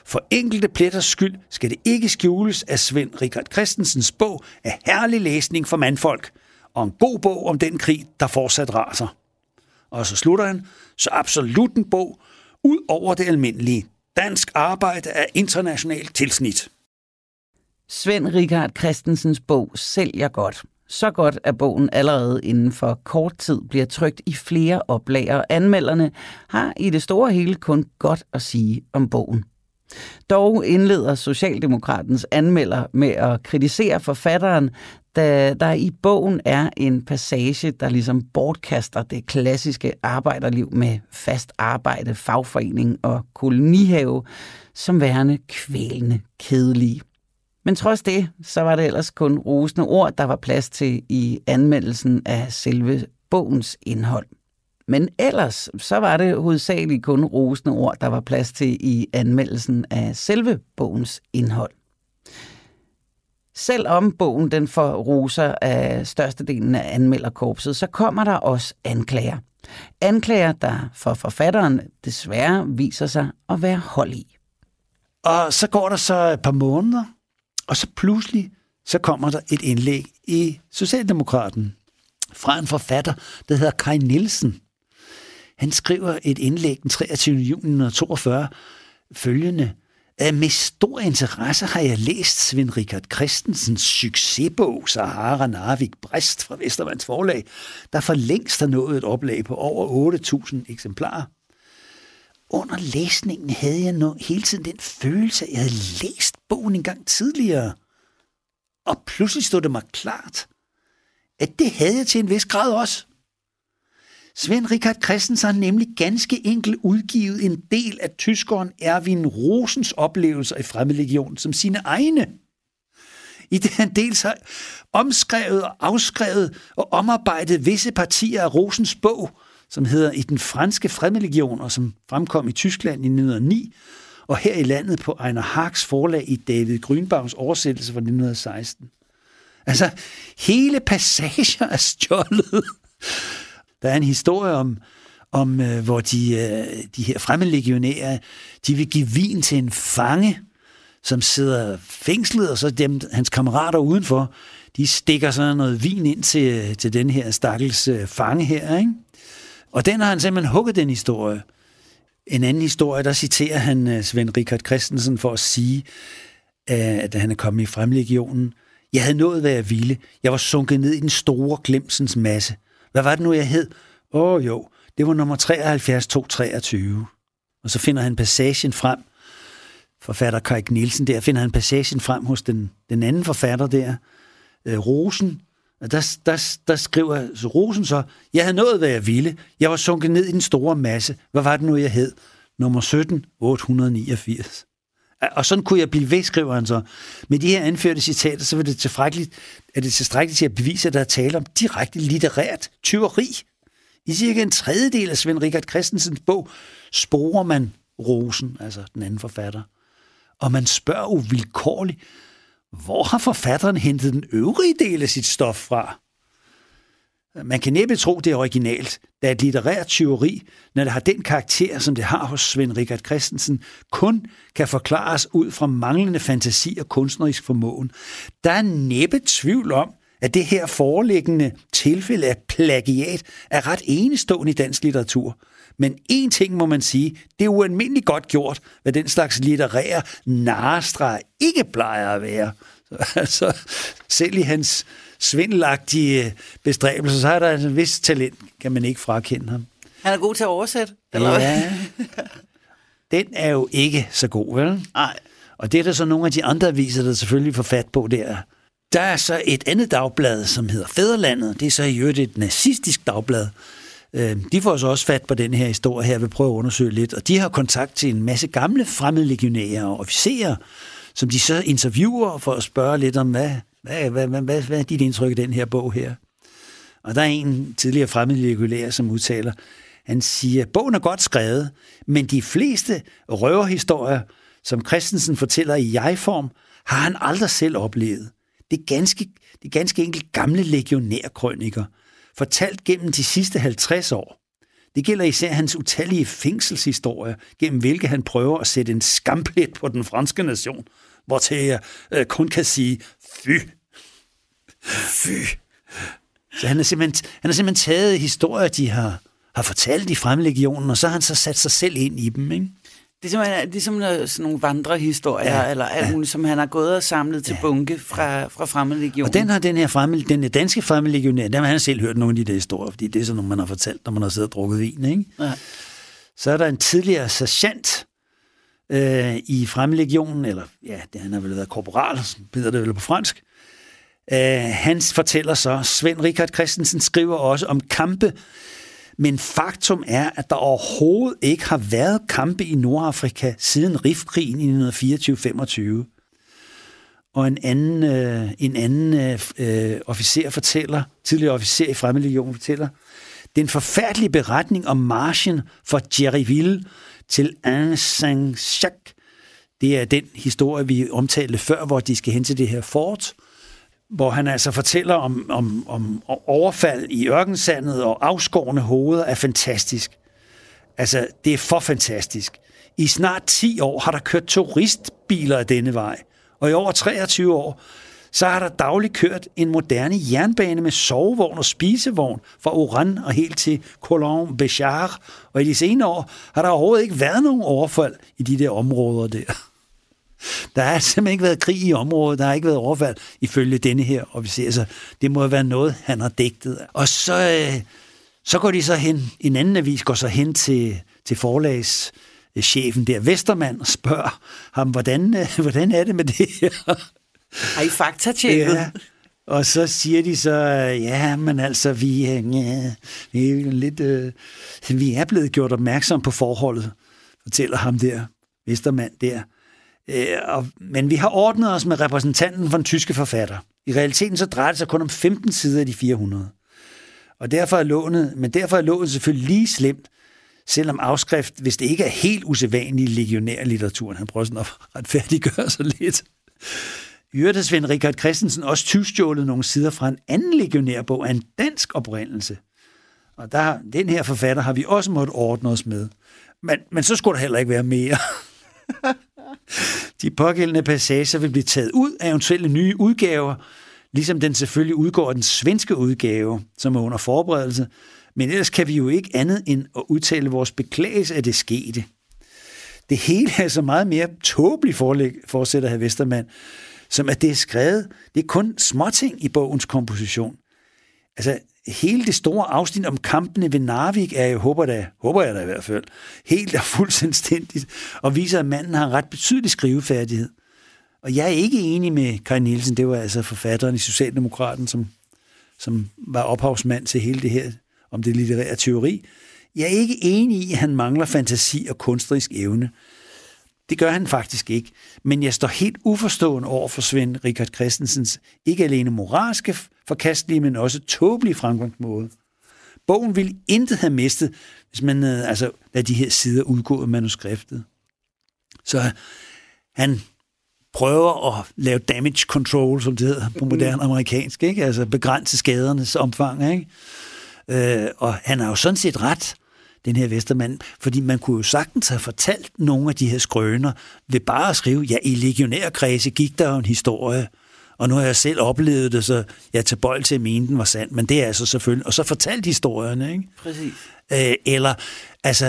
For enkelte pletters skyld skal det ikke skjules, at Svend Richard Christensens bog er herlig læsning for mandfolk, og en god bog om den krig, der fortsat raser. Og så slutter han, så absolut en bog ud over det almindelige. Dansk arbejde er internationalt tilsnit. Svend Richard Christensens bog sælger godt. Så godt, at bogen allerede inden for kort tid bliver trykt i flere oplag, og anmelderne har i det store hele kun godt at sige om bogen. Dog indleder Socialdemokratens anmelder med at kritisere forfatteren, da der i bogen er en passage, der ligesom bortkaster det klassiske arbejderliv med fast arbejde, fagforening og kolonihave som værende kvælende kedelige. Men trods det, så var det ellers kun rosende ord, der var plads til i anmeldelsen af selve bogens indhold. Men ellers, så var det hovedsageligt kun rosende ord, der var plads til i anmeldelsen af selve bogens indhold. Selvom bogen den får roser af størstedelen af anmelderkorpset, så kommer der også anklager. Anklager, der for forfatteren desværre viser sig at være hold i. Og så går der så et par måneder, og så pludselig så kommer der et indlæg i Socialdemokraten fra en forfatter, der hedder Kaj Nielsen. Han skriver et indlæg den treogtyvende juni nitten toogfyrre følgende: med stor interesse har jeg læst Svend Richard Christensens succesbog Sahara Narvik Brest fra Vestervands Forlag, der for længst har nået et oplag på over otte tusind eksemplarer. Under læsningen havde jeg nu hele tiden den følelse, at jeg havde læst bogen en gang tidligere. Og pludselig stod det mig klart, at det havde jeg til en vis grad også. Svend Richard Christensen har nemlig ganske enkelt udgivet en del af tyskeren Erwin Rosens oplevelser i Fremmedlegionen som sine egne. I det han dels har omskrevet og afskrevet og omarbejdet visse partier af Rosens bog, som hedder I den franske Fremmedlegion, og som fremkom i Tyskland i nitten hundrede og ni, og her i landet på Einar Haags forlag i David Grünbaums oversættelse fra nitten hundrede og seksten. Altså, hele passager er stjålet. Der er en historie om, om øh, hvor de, øh, de her fremmedlegionærer, de vil give vin til en fange, som sidder fængslet, og så dem, hans kammerater udenfor, de stikker sådan noget vin ind til, til den her stakkels øh, fange her, ikke? Og den har han simpelthen hugget, den historie. En anden historie, der citerer han uh, Svend Richard Christensen for at sige, uh, at han er kommet i Fremmedlegionen: jeg havde nået, hvad jeg ville. Jeg var sunket ned i den store glemsens masse. Hvad var det nu, jeg hed? Åh oh, jo, det var nummer treoghalvfjerds to treogtyve. Og så finder han passagen frem, forfatter Kaj Nielsen der, finder han passagen frem hos den, den anden forfatter der, uh, Rosen. Og der, der, der skriver så Rosen så: jeg havde nået, hvad jeg ville. Jeg var sunket ned i den store masse. Hvad var det nu, jeg hed? Nummer sytten otte niogfirs. Og sådan kunne jeg blive ved, skriver han så. Med de her anførte citater, så var det tilstrækkeligt, er det tilstrækkeligt til at bevise, at der er tale om direkte litterært tyveri. I cirka en tredjedel af Svend Richard Christensens bog sporer man Rosen, altså den anden forfatter. Og man spørger uvilkårligt, hvor har forfatteren hentet den øvrige del af sit stof fra? Man kan næppe tro, det er originalt, da et litterært tyveri, når det har den karakter, som det har hos Svend Richard Christensen, kun kan forklares ud fra manglende fantasi og kunstnerisk formåen. Der er næppe tvivl om, at det her foreliggende tilfælde af plagiat er ret enestående i dansk litteratur. Men én ting må man sige, det er ualmindeligt godt gjort, hvad den slags litterære narrestreg ikke plejer at være. Så, altså, selv i hans svindelagtige bestræbelser, så er der en vis talent, kan man ikke frakende ham. Han er god til at oversætte, eller ja, den er jo ikke så god, vel? Nej. Og det er der så nogle af de andre aviser, der selvfølgelig får fat på der. Der er så et andet dagblad, som hedder Fædrelandet. Det er så i øvrigt et nazistisk dagblad. De får så også fat på den her historie her, vil prøve at undersøge lidt. Og de har kontakt til en masse gamle fremmedlegionærer og officerer, som de så interviewer for at spørge lidt om, hvad, hvad, hvad, hvad, hvad, hvad er dit indtryk af den her bog her? Og der er en tidligere fremmedlegionær, som udtaler, han siger, bogen er godt skrevet, men de fleste røverhistorier, som Christensen fortæller i jeg-form, har han aldrig selv oplevet. Det er ganske, det er ganske enkelt gamle legionærkrøniker, fortalt gennem de sidste halvtreds år. Det gælder især hans utallige fængselshistorier, gennem hvilke han prøver at sætte en skamplet på den franske nation, hvortil jeg øh, kun kan sige, fy. Fy. Så han har simpelthen, han har simpelthen taget historier, de har, har fortalt i Fremmedlegionen, og så har han så sat sig selv ind i dem, ikke? Det er simpelthen det er simpelthen sådan nogle vandrehistorier, ja, eller alt muligt, ja. Som han har gået og samlet til ja, bunke fra, fra Fremmedlegionen. Og den har den her fremmede, den danske Fremmedlegionær, der har han selv hørt nogle af de der historier, fordi det er sådan nogle, man har fortalt, når man har siddet og drukket vin, ikke? Ja. Så er der en tidligere sergeant øh, i Fremmedlegionen, eller ja, det, han har vel været korporal, hedder det vel på fransk. Øh, han fortæller så, Svend Richard Christensen skriver også om kampe, men faktum er, at der overhovedet ikke har været kampe i Nordafrika siden Rifkrigen i nitten fireogtyve femogtyve. Og en anden, øh, en anden øh, officer fortæller, tidligere officer i Fremmedlegionen fortæller, den forfærdelige beretning om marchen fra Djeriville til Saint-Jacques. Det er den historie, vi omtalte før, hvor de skal hen til det her fort, hvor han altså fortæller om, om, om overfald i ørkensandet og afskårne hoveder, er fantastisk. Altså, det er for fantastisk. I snart ti år har der kørt turistbiler af denne vej, og i over treogtyve år, så har der dagligt kørt en moderne jernbane med sovevogn og spisevogn fra Oran og helt til Cologne-Béchard, og i de senere år har der overhovedet ikke været nogen overfald i de der områder der. Der har simpelthen ikke været krig i området, der har ikke været overfald ifølge denne her officer, så det må være noget, han har digtet. Og så, øh, så går de så hen, en anden avis går så hen til, til forlagschefen der, Vestermand, og spørger ham, hvordan, øh, hvordan er det med det her? Har I faktatjekket? Ja. Og så siger de så, ja, men altså, vi, ja, vi, er lidt, øh, vi er blevet gjort opmærksom på forholdet, fortæller ham der, Vestermand der. Øh, og, men vi har ordnet os med repræsentanten for den tyske forfatter. I realiteten så drejer det sig kun om femten sider af de fire hundrede. Og derfor er lånet, men derfor er lånet selvfølgelig lige slemt, selvom afskrift, hvis det ikke er helt usædvanlig legionærlitteraturen. Han prøver sådan at retfærdiggøre sig lidt. I øvrigt har Svend Richard Christensen også tyvstjålet nogle sider fra en anden legionærbog af en dansk oprindelse. Og der, den her forfatter har vi også måttet ordne os med. Men, men så skulle der heller ikke være mere. De pågældende passager vil blive taget ud af eventuelle nye udgaver, ligesom den selvfølgelig udgår af den svenske udgave, som er under forberedelse. Men ellers kan vi jo ikke andet end at udtale vores beklagelse af det skete. Det hele er så meget mere tåbeligt forlæg, fortsætter hr. Vestermand, som at det er skrevet, det er kun småting i bogens komposition. Altså, hele det store afsnit om kampene ved Narvik er jo, håber, da, håber jeg da i hvert fald, helt og fuldstændigt, og viser, at manden har en ret betydelig skrivefærdighed. Og jeg er ikke enig med Kai Nielsen, det var altså forfatteren i Socialdemokraten, som, som var ophavsmand til hele det her, om det litterære teori. Jeg er ikke enig i, at han mangler fantasi og kunstnerisk evne. Det gør han faktisk ikke. Men jeg står helt uforstående over for Svend Richard Christensens ikke alene moralske forkastelige, men også tåbelige fremgangsmåde. Bogen ville intet have mistet, hvis man altså lad de her sider udgå af manuskriptet. Så han prøver at lave damage control, som det hedder på moderne amerikansk, ikke? Altså begrænse skadernes omfang, ikke? Øh, og han har jo sådan set ret, den her Vestermand, fordi man kunne jo sagtens have fortalt nogle af de her skrøner ved bare at skrive, ja, i legionærkredse gik der jo en historie, og nu har jeg selv oplevet det, så jeg er tilbøjelig til at mene, den var sand, men det er altså selvfølgelig, og så fortalt historierne, ikke? Præcis. Øh, eller, altså,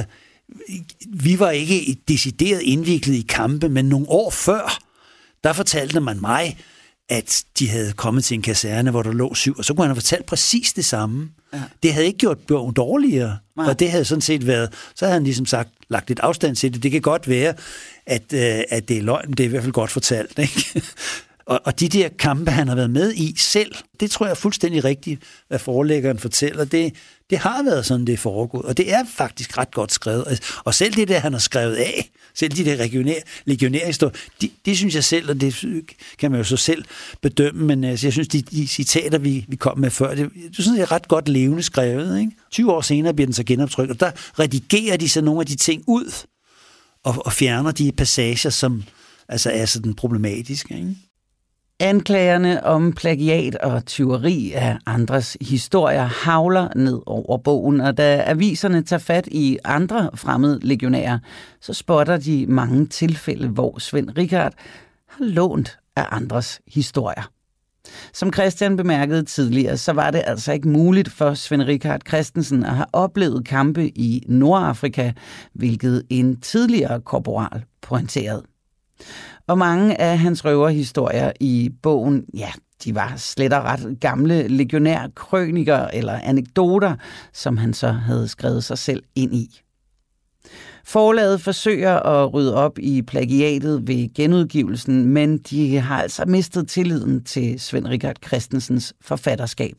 vi var ikke decideret indviklet i kampe, men nogle år før, der fortalte man mig, at de havde kommet til en kaserne, hvor der lå syv, og så kunne han have fortalt præcis det samme. Ja. Det havde ikke gjort bogen dårligere, nej. Og det havde sådan set været, så havde han ligesom sagt, lagt et afstand til det. Det kan godt være, at, øh, at det er løgn, det er i hvert fald godt fortalt, ikke? og, og de der kampe, han har været med i selv, det tror jeg er fuldstændig rigtigt, hvad forlæggeren fortæller. Det, det har været sådan, det er foregået, og det er faktisk ret godt skrevet. Og selv det der, han har skrevet af, selv de der regionære, legionærhistorier, det de synes jeg selv, og det kan man jo så selv bedømme, men altså, jeg synes, de, de citater, vi, vi kom med før, det, det synes jeg er ret godt levende skrevet. Ikke? tyve år senere bliver den så genoptrykt, og der redigerer de så nogle af de ting ud, og, og fjerner de passager, som altså er sådan problematiske. Ikke? Anklagerne om plagiat og tyveri af andres historier havler ned over bogen, og da aviserne tager fat i andre fremmede legionærer, så spotter de mange tilfælde, hvor Svend Richard har lånt af andres historier. Som Christian bemærkede tidligere, så var det altså ikke muligt for Svend Richard Christensen at have oplevet kampe i Nordafrika, hvilket en tidligere korporal pointerede. Og mange af hans røverhistorier i bogen, ja, de var slet og ret gamle legionærkrøniker eller anekdoter, som han så havde skrevet sig selv ind i. Forlaget forsøger at rydde op i plagiatet ved genudgivelsen, men de har altså mistet tilliden til Svend Richard Christensens forfatterskab.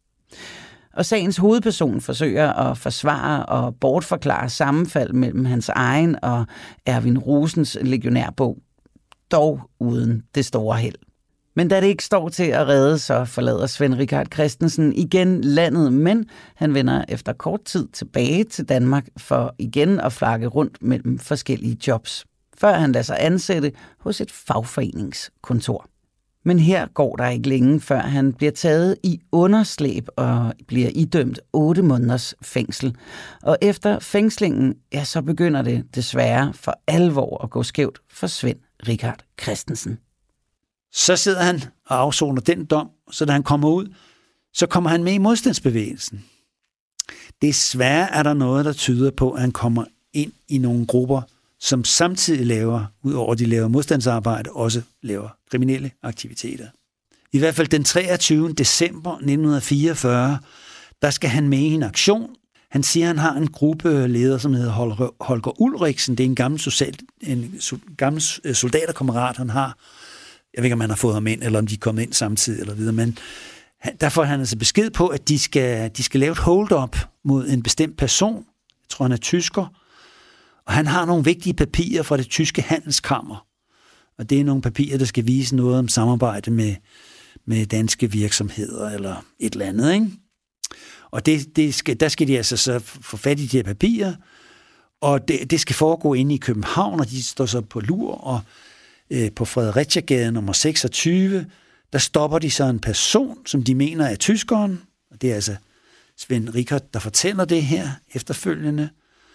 Og sagens hovedperson forsøger at forsvare og bortforklare sammenfald mellem hans egen og Erwin Rosens legionærbog, dog uden det store held. Men da det ikke står til at redde, så forlader Svend Richard Christensen igen landet, men han vender efter kort tid tilbage til Danmark for igen at flakke rundt mellem forskellige jobs, før han lader sig ansætte hos et fagforeningskontor. Men her går der ikke længe, før han bliver taget i underslæb og bliver idømt otte måneders fængsel. Og efter fængslingen, ja, så begynder det desværre for alvor at gå skævt for Svend Richard Christensen. Så sidder han og afsoner den dom, så da han kommer ud, så kommer han med i modstandsbevægelsen. Desværre er der noget, der tyder på, at han kommer ind i nogle grupper, som samtidig laver, udover at de laver modstandsarbejde, også laver kriminelle aktiviteter. I hvert fald den treogtyvende december nitten fireogfyrre, der skal han med i en aktion. Han siger, at han har en gruppeleder, som hedder Holger Ulriksen. Det er en gammel, social, en gammel soldaterkammerat, han har. Jeg ved ikke, om han har fået ham ind, eller om de er kommet ind samtidig, eller videre, men der får han altså besked på, at de skal, de skal lave et hold-up mod en bestemt person. Jeg tror, han er tysker. Og han har nogle vigtige papirer fra det tyske handelskammer. Og det er nogle papirer, der skal vise noget om samarbejde med, med danske virksomheder, eller et eller andet, ikke? Og det, det skal, der skal de altså så få fat i de her papirer, og det, det skal foregå inde i København, og de står så på lur, og øh, på Fredericia-gade nummer seksogtyve, der stopper de så en person, som de mener er tyskeren, og det er altså Svend Richard, der fortæller det her efterfølgende.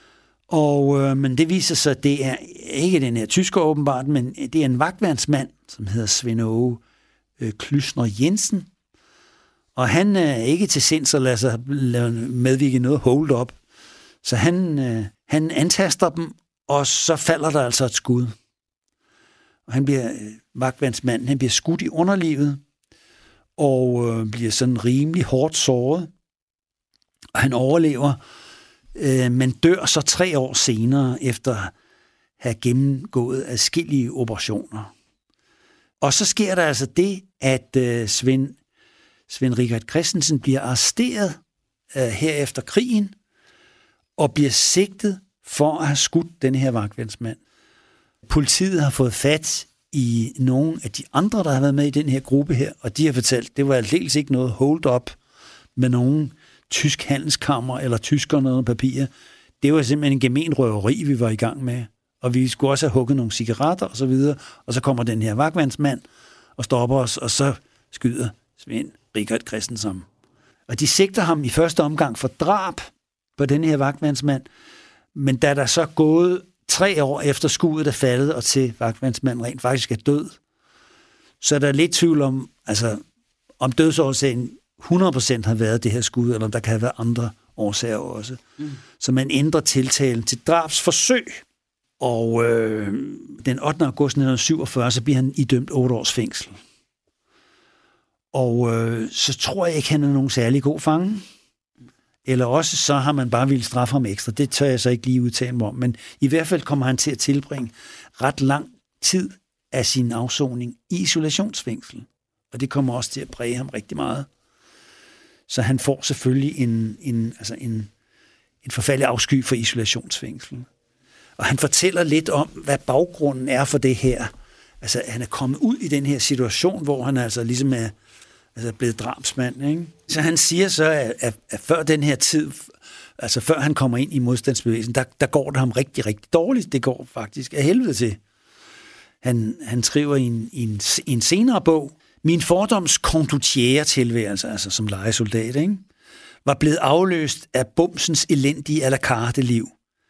Og, øh, men det viser sig, at det er ikke den her tysker åbenbart, men det er en vagtværnsmand, som hedder Svend Åge øh, Klysner Jensen. Og han er ikke til sinds at lade sig medvirke noget hold up. Så han, øh, han antaster dem, og så falder der altså et skud. Og han bliver, øh, vagtværnsmanden, han bliver skudt i underlivet, og øh, bliver sådan rimelig hårdt såret. Og han overlever, øh, men dør så tre år senere, efter at have gennemgået adskillige operationer. Og så sker der altså det, at øh, Svend, Svend Richard Christensen bliver arresteret øh, her efter krigen, og bliver sigtet for at have skudt den her vagtværnsmand. Politiet har fået fat i nogle af de andre, der har været med i den her gruppe her, og de har fortalt, det var aldeles ikke noget hold-up med nogen tysk handelskammer eller tysker noget papirer. Det var simpelthen en gemen røveri, vi var i gang med. Og vi skulle også have hugget nogle cigaretter og så videre, og så kommer den her vagtvandsmand og stopper os, og så skyder Svend Richard Christensen. Og de sigter ham i første omgang for drab på den her vagtvandsmand, men da der så gået tre år efter skuddet er faldet, og til vagtvandsmanden rent faktisk er død, så er der lidt tvivl om, altså, om dødsårsagen hundrede procent har været det her skud, eller om der kan have været andre årsager også. Mm. Så man ændrer tiltalen til drabsforsøg, og øh, den ottende august nitten syvogfyrre, så bliver han idømt otte års fængsel. Og øh, så tror jeg ikke, han er nogen særlig god fange. Eller også så har man bare ville straffe ham ekstra. Det tør jeg så ikke lige udtale mig om. Men i hvert fald kommer han til at tilbringe ret lang tid af sin afsoning i isolationsfængsel. Og det kommer også til at præge ham rigtig meget. Så han får selvfølgelig en, en, altså en, en forfærdelig afsky for isolationsfængsel. Og han fortæller lidt om, hvad baggrunden er for det her. Altså, han er kommet ud i den her situation, hvor han altså ligesom er altså blevet drabsmand, ikke? Så han siger så, at, at, at før den her tid, altså før han kommer ind i modstandsbevægelsen, der, der går det ham rigtig, rigtig dårligt. Det går faktisk af helvede til. Han, han skriver i en, i, en, i en senere bog, Min fordoms condottiere tilværelse, altså som lejesoldat, ikke, var blevet afløst af bumsens elendige à la carte liv.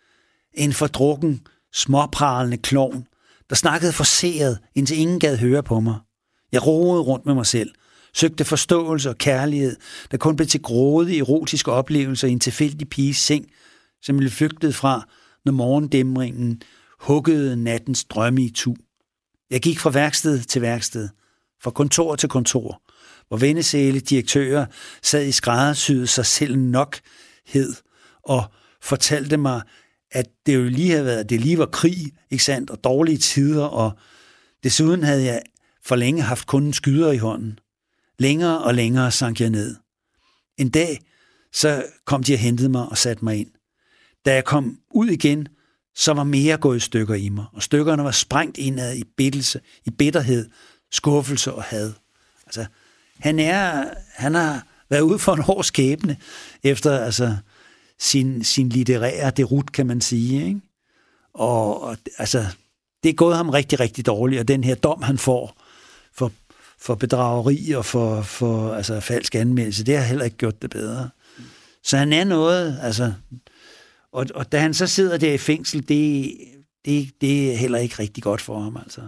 En fordrukken, småpralende klovn, der snakkede forseret, indtil ingen gad høre på mig. Jeg roede rundt med mig selv, søgte forståelse og kærlighed, der kun blev til grådige erotiske oplevelser i en tilfældig piges seng, som blev flygtet fra, når morgendæmringen huggede nattens drømme i tu. Jeg gik fra værksted til værksted, fra kontor til kontor, hvor vendesæle direktører sad i skræddersyet sig selv nokhed og fortalte mig, at det jo lige havde været, det lige var krig, ikke sandt, og dårlige tider, og desuden havde jeg for længe haft kun en skyder i hånden. Længere og længere sank jeg ned. En dag, så kom de og hentede mig og satte mig ind. Da jeg kom ud igen, så var mere gået i stykker i mig, og stykkerne var sprængt indad i bittelse, i bitterhed, skuffelse og had. Altså, han er, han har været ude for en hård skæbne, efter altså, sin, sin litterære derut, kan man sige, ikke? Og, og altså, det er gået ham rigtig, rigtig dårligt, og den her dom, han får for, for bedrageri og for, for altså, falsk anmeldelse, det har heller ikke gjort det bedre. Så han er noget, altså, og, og da han så sidder der i fængsel, det, det, det er heller ikke rigtig godt for ham, altså.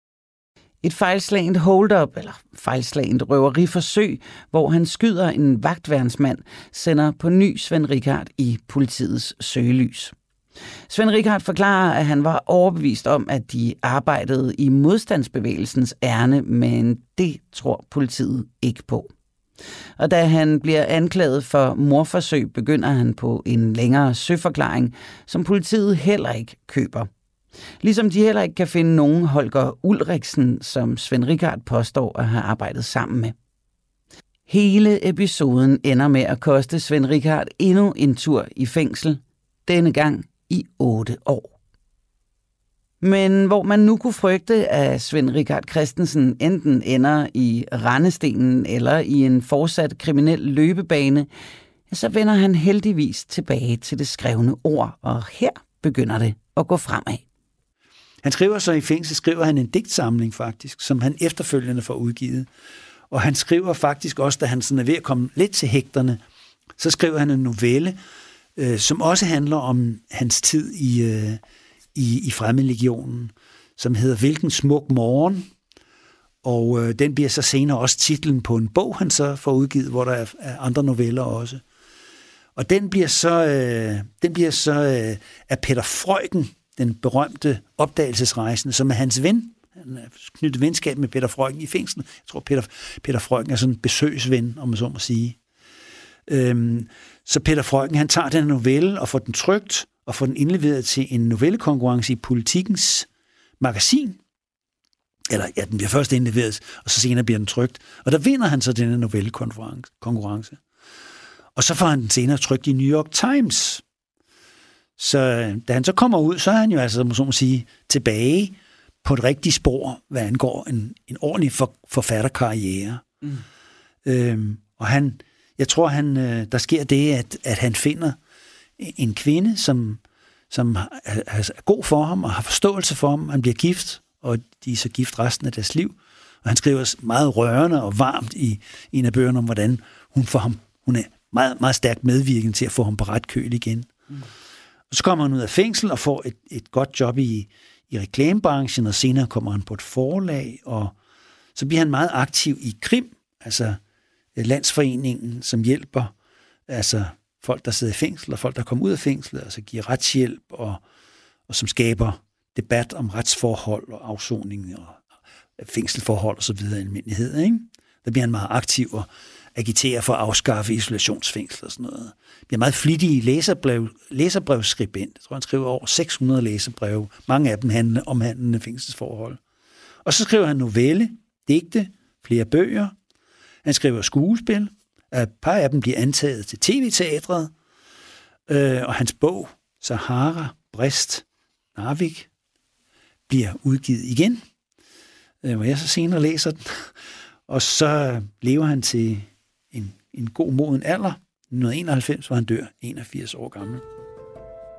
Et fejlslagent hold-up, eller fejlslagent røveriforsøg, hvor han skyder en vagtværnsmand, sender på ny Svend Richard i politiets søgelys. Svend Richard forklarer, at han var overbevist om, at de arbejdede i modstandsbevægelsens ærne, men det tror politiet ikke på. Og da han bliver anklaget for mordforsøg, begynder han på en længere søforklaring, som politiet heller ikke køber. Ligesom de heller ikke kan finde nogen Holger Ulriksen, som Svend Richard påstår at have arbejdet sammen med. Hele episoden ender med at koste Svend Richard endnu en tur i fængsel, denne gang i otte år. Men hvor man nu kunne frygte, at Svend Richard Christensen enten ender i rendestenen eller i en fortsat kriminel løbebane, så vender han heldigvis tilbage til det skrevne ord, og her begynder det at gå fremad. Han skriver så i fængsel, skriver han en digtsamling faktisk, som han efterfølgende får udgivet. Og han skriver faktisk også, da han sådan er ved at komme lidt til hægterne, så skriver han en novelle, øh, som også handler om hans tid i, øh, i, i Fremmedlegionen, som hedder Hvilken smuk morgen. Og øh, den bliver så senere også titlen på en bog, han så får udgivet, hvor der er, er andre noveller også. Og den bliver så, øh, den bliver så øh, af Peter Freuchen, den berømte opdagelsesrejsende, som er hans ven. Han er knyttet venskab med Peter Freuchen i fængslet. Jeg tror, Peter, Peter Freuchen er sådan en besøgsven, om man så må sige. Øhm, så Peter Freuchen, han tager den novelle og får den trykt, og får den indleveret til en novellekonkurrence i Politikens magasin. Eller ja, den bliver først indleveret, og så senere bliver den trykt. Og der vinder han så denne novellekonkurrence. Og så får han den senere trykt i New York Times. Så da han så kommer ud, så er han jo altså, så må sige, tilbage på et rigtigt spor, hvad angår en, en ordentlig for, forfatterkarriere. Mm. Øhm, og han, jeg tror, han, der sker det, at, at han finder en kvinde, som, som er, er god for ham og har forståelse for ham. Han bliver gift, og de er så gift resten af deres liv. Og han skriver meget rørende og varmt i en af bøgerne om, hvordan hun får ham, hun er meget, meget stærkt medvirkende til at få ham på ret køl igen. Mm. Og så kommer han ud af fængsel og får et, et godt job i, i reklamebranchen, og senere kommer han på et forlag, og så bliver han meget aktiv i Krim, altså landsforeningen, som hjælper altså folk, der sidder i fængsel, og folk, der kommer ud af fængslet, altså giver retshjælp, og, og som skaber debat om retsforhold og afsoning og fængselforhold og så videre i almindelighed, ikke? Der bliver han meget aktiv og agiterer for at afskaffe isolationsfængsel og sådan noget. Bliver meget flittig læserbrev, læserbrevsskribent. Jeg tror, han skriver over seks hundrede læserbreve. Mange af dem handler omhandlende fængselsforhold. Og så skriver han novelle, digte, flere bøger. Han skriver skuespil. Et par af dem bliver antaget til tv-teatret. Og hans bog, Sahara, Brest, Narvik, bliver udgivet igen. Hvor jeg så senere læser den. Og så lever han til en, en god moden alder. I nitten enoghalvfems, hvor han dør enogfirs år gammel.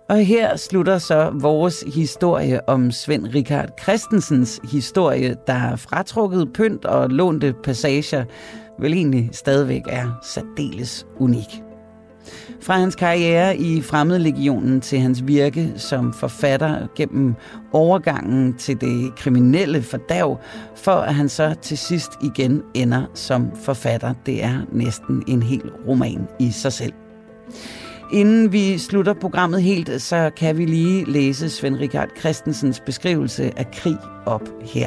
Og her slutter så vores historie om Svend Richard Christensens historie, der fratrukket pynt og lånte passager vel egentlig stadigvæk er særdeles unik. Fra hans karriere i Fremmedlegionen til hans virke som forfatter gennem overgangen til det kriminelle fordærv, for at han så til sidst igen ender som forfatter. Det er næsten en hel roman i sig selv. Inden vi slutter programmet helt, så kan vi lige læse Svend Richard Christensens beskrivelse af krig op her.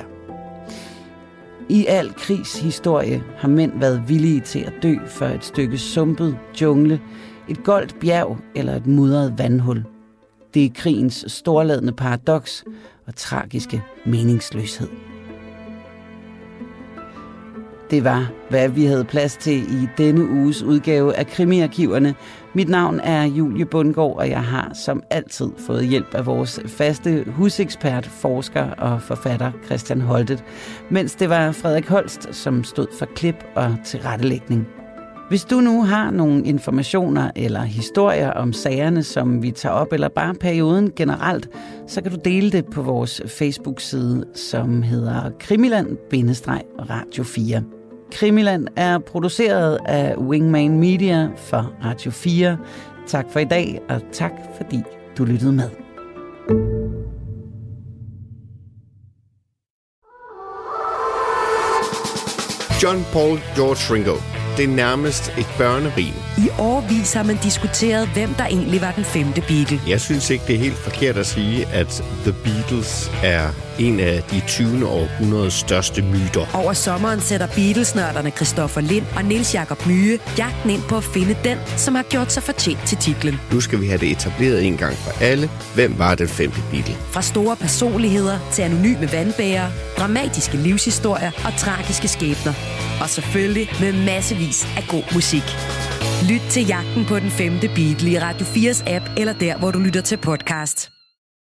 I al krigs historie har mænd været villige til at dø for et stykke sumpet jungle, et goldt bjerg eller et mudret vandhul. Det er krigens storladne paradoks og tragiske meningsløshed. Det var, hvad vi havde plads til i denne uges udgave af Krimiarkiverne. Mit navn er Julie Bundgaard, og jeg har som altid fået hjælp af vores faste husekspert, forsker og forfatter Christian Holtet, mens det var Frederik Holst, som stod for klip og tilrettelægning. Hvis du nu har nogle informationer eller historier om sagerne, som vi tager op, eller bare perioden generelt, så kan du dele det på vores Facebook-side, som hedder Krimiland-Radio fire. Krimiland er produceret af Wingman Media for Radio fire. Tak for i dag, og tak fordi du lyttede med. John Paul George Ringo. Det er nærmest et børnerim. I årevis har man diskuteret, hvem der egentlig var den femte Beatle. Jeg synes ikke, det er helt forkert at sige, at The Beatles er en af de tyvende århundredes største myter. Over sommeren sætter Beatles-nørderne Christoffer Lind og Niels Jakob Myhe jagten ind på at finde den, som har gjort sig fortjent til titlen. Nu skal vi have det etableret en gang for alle. Hvem var den femte Beatle? Fra store personligheder til anonyme vandbærere, dramatiske livshistorier og tragiske skæbner. Og selvfølgelig med massevis af god musik. Lyt til jagten på den femte Beatle i Radio fires app eller der, hvor du lytter til podcast.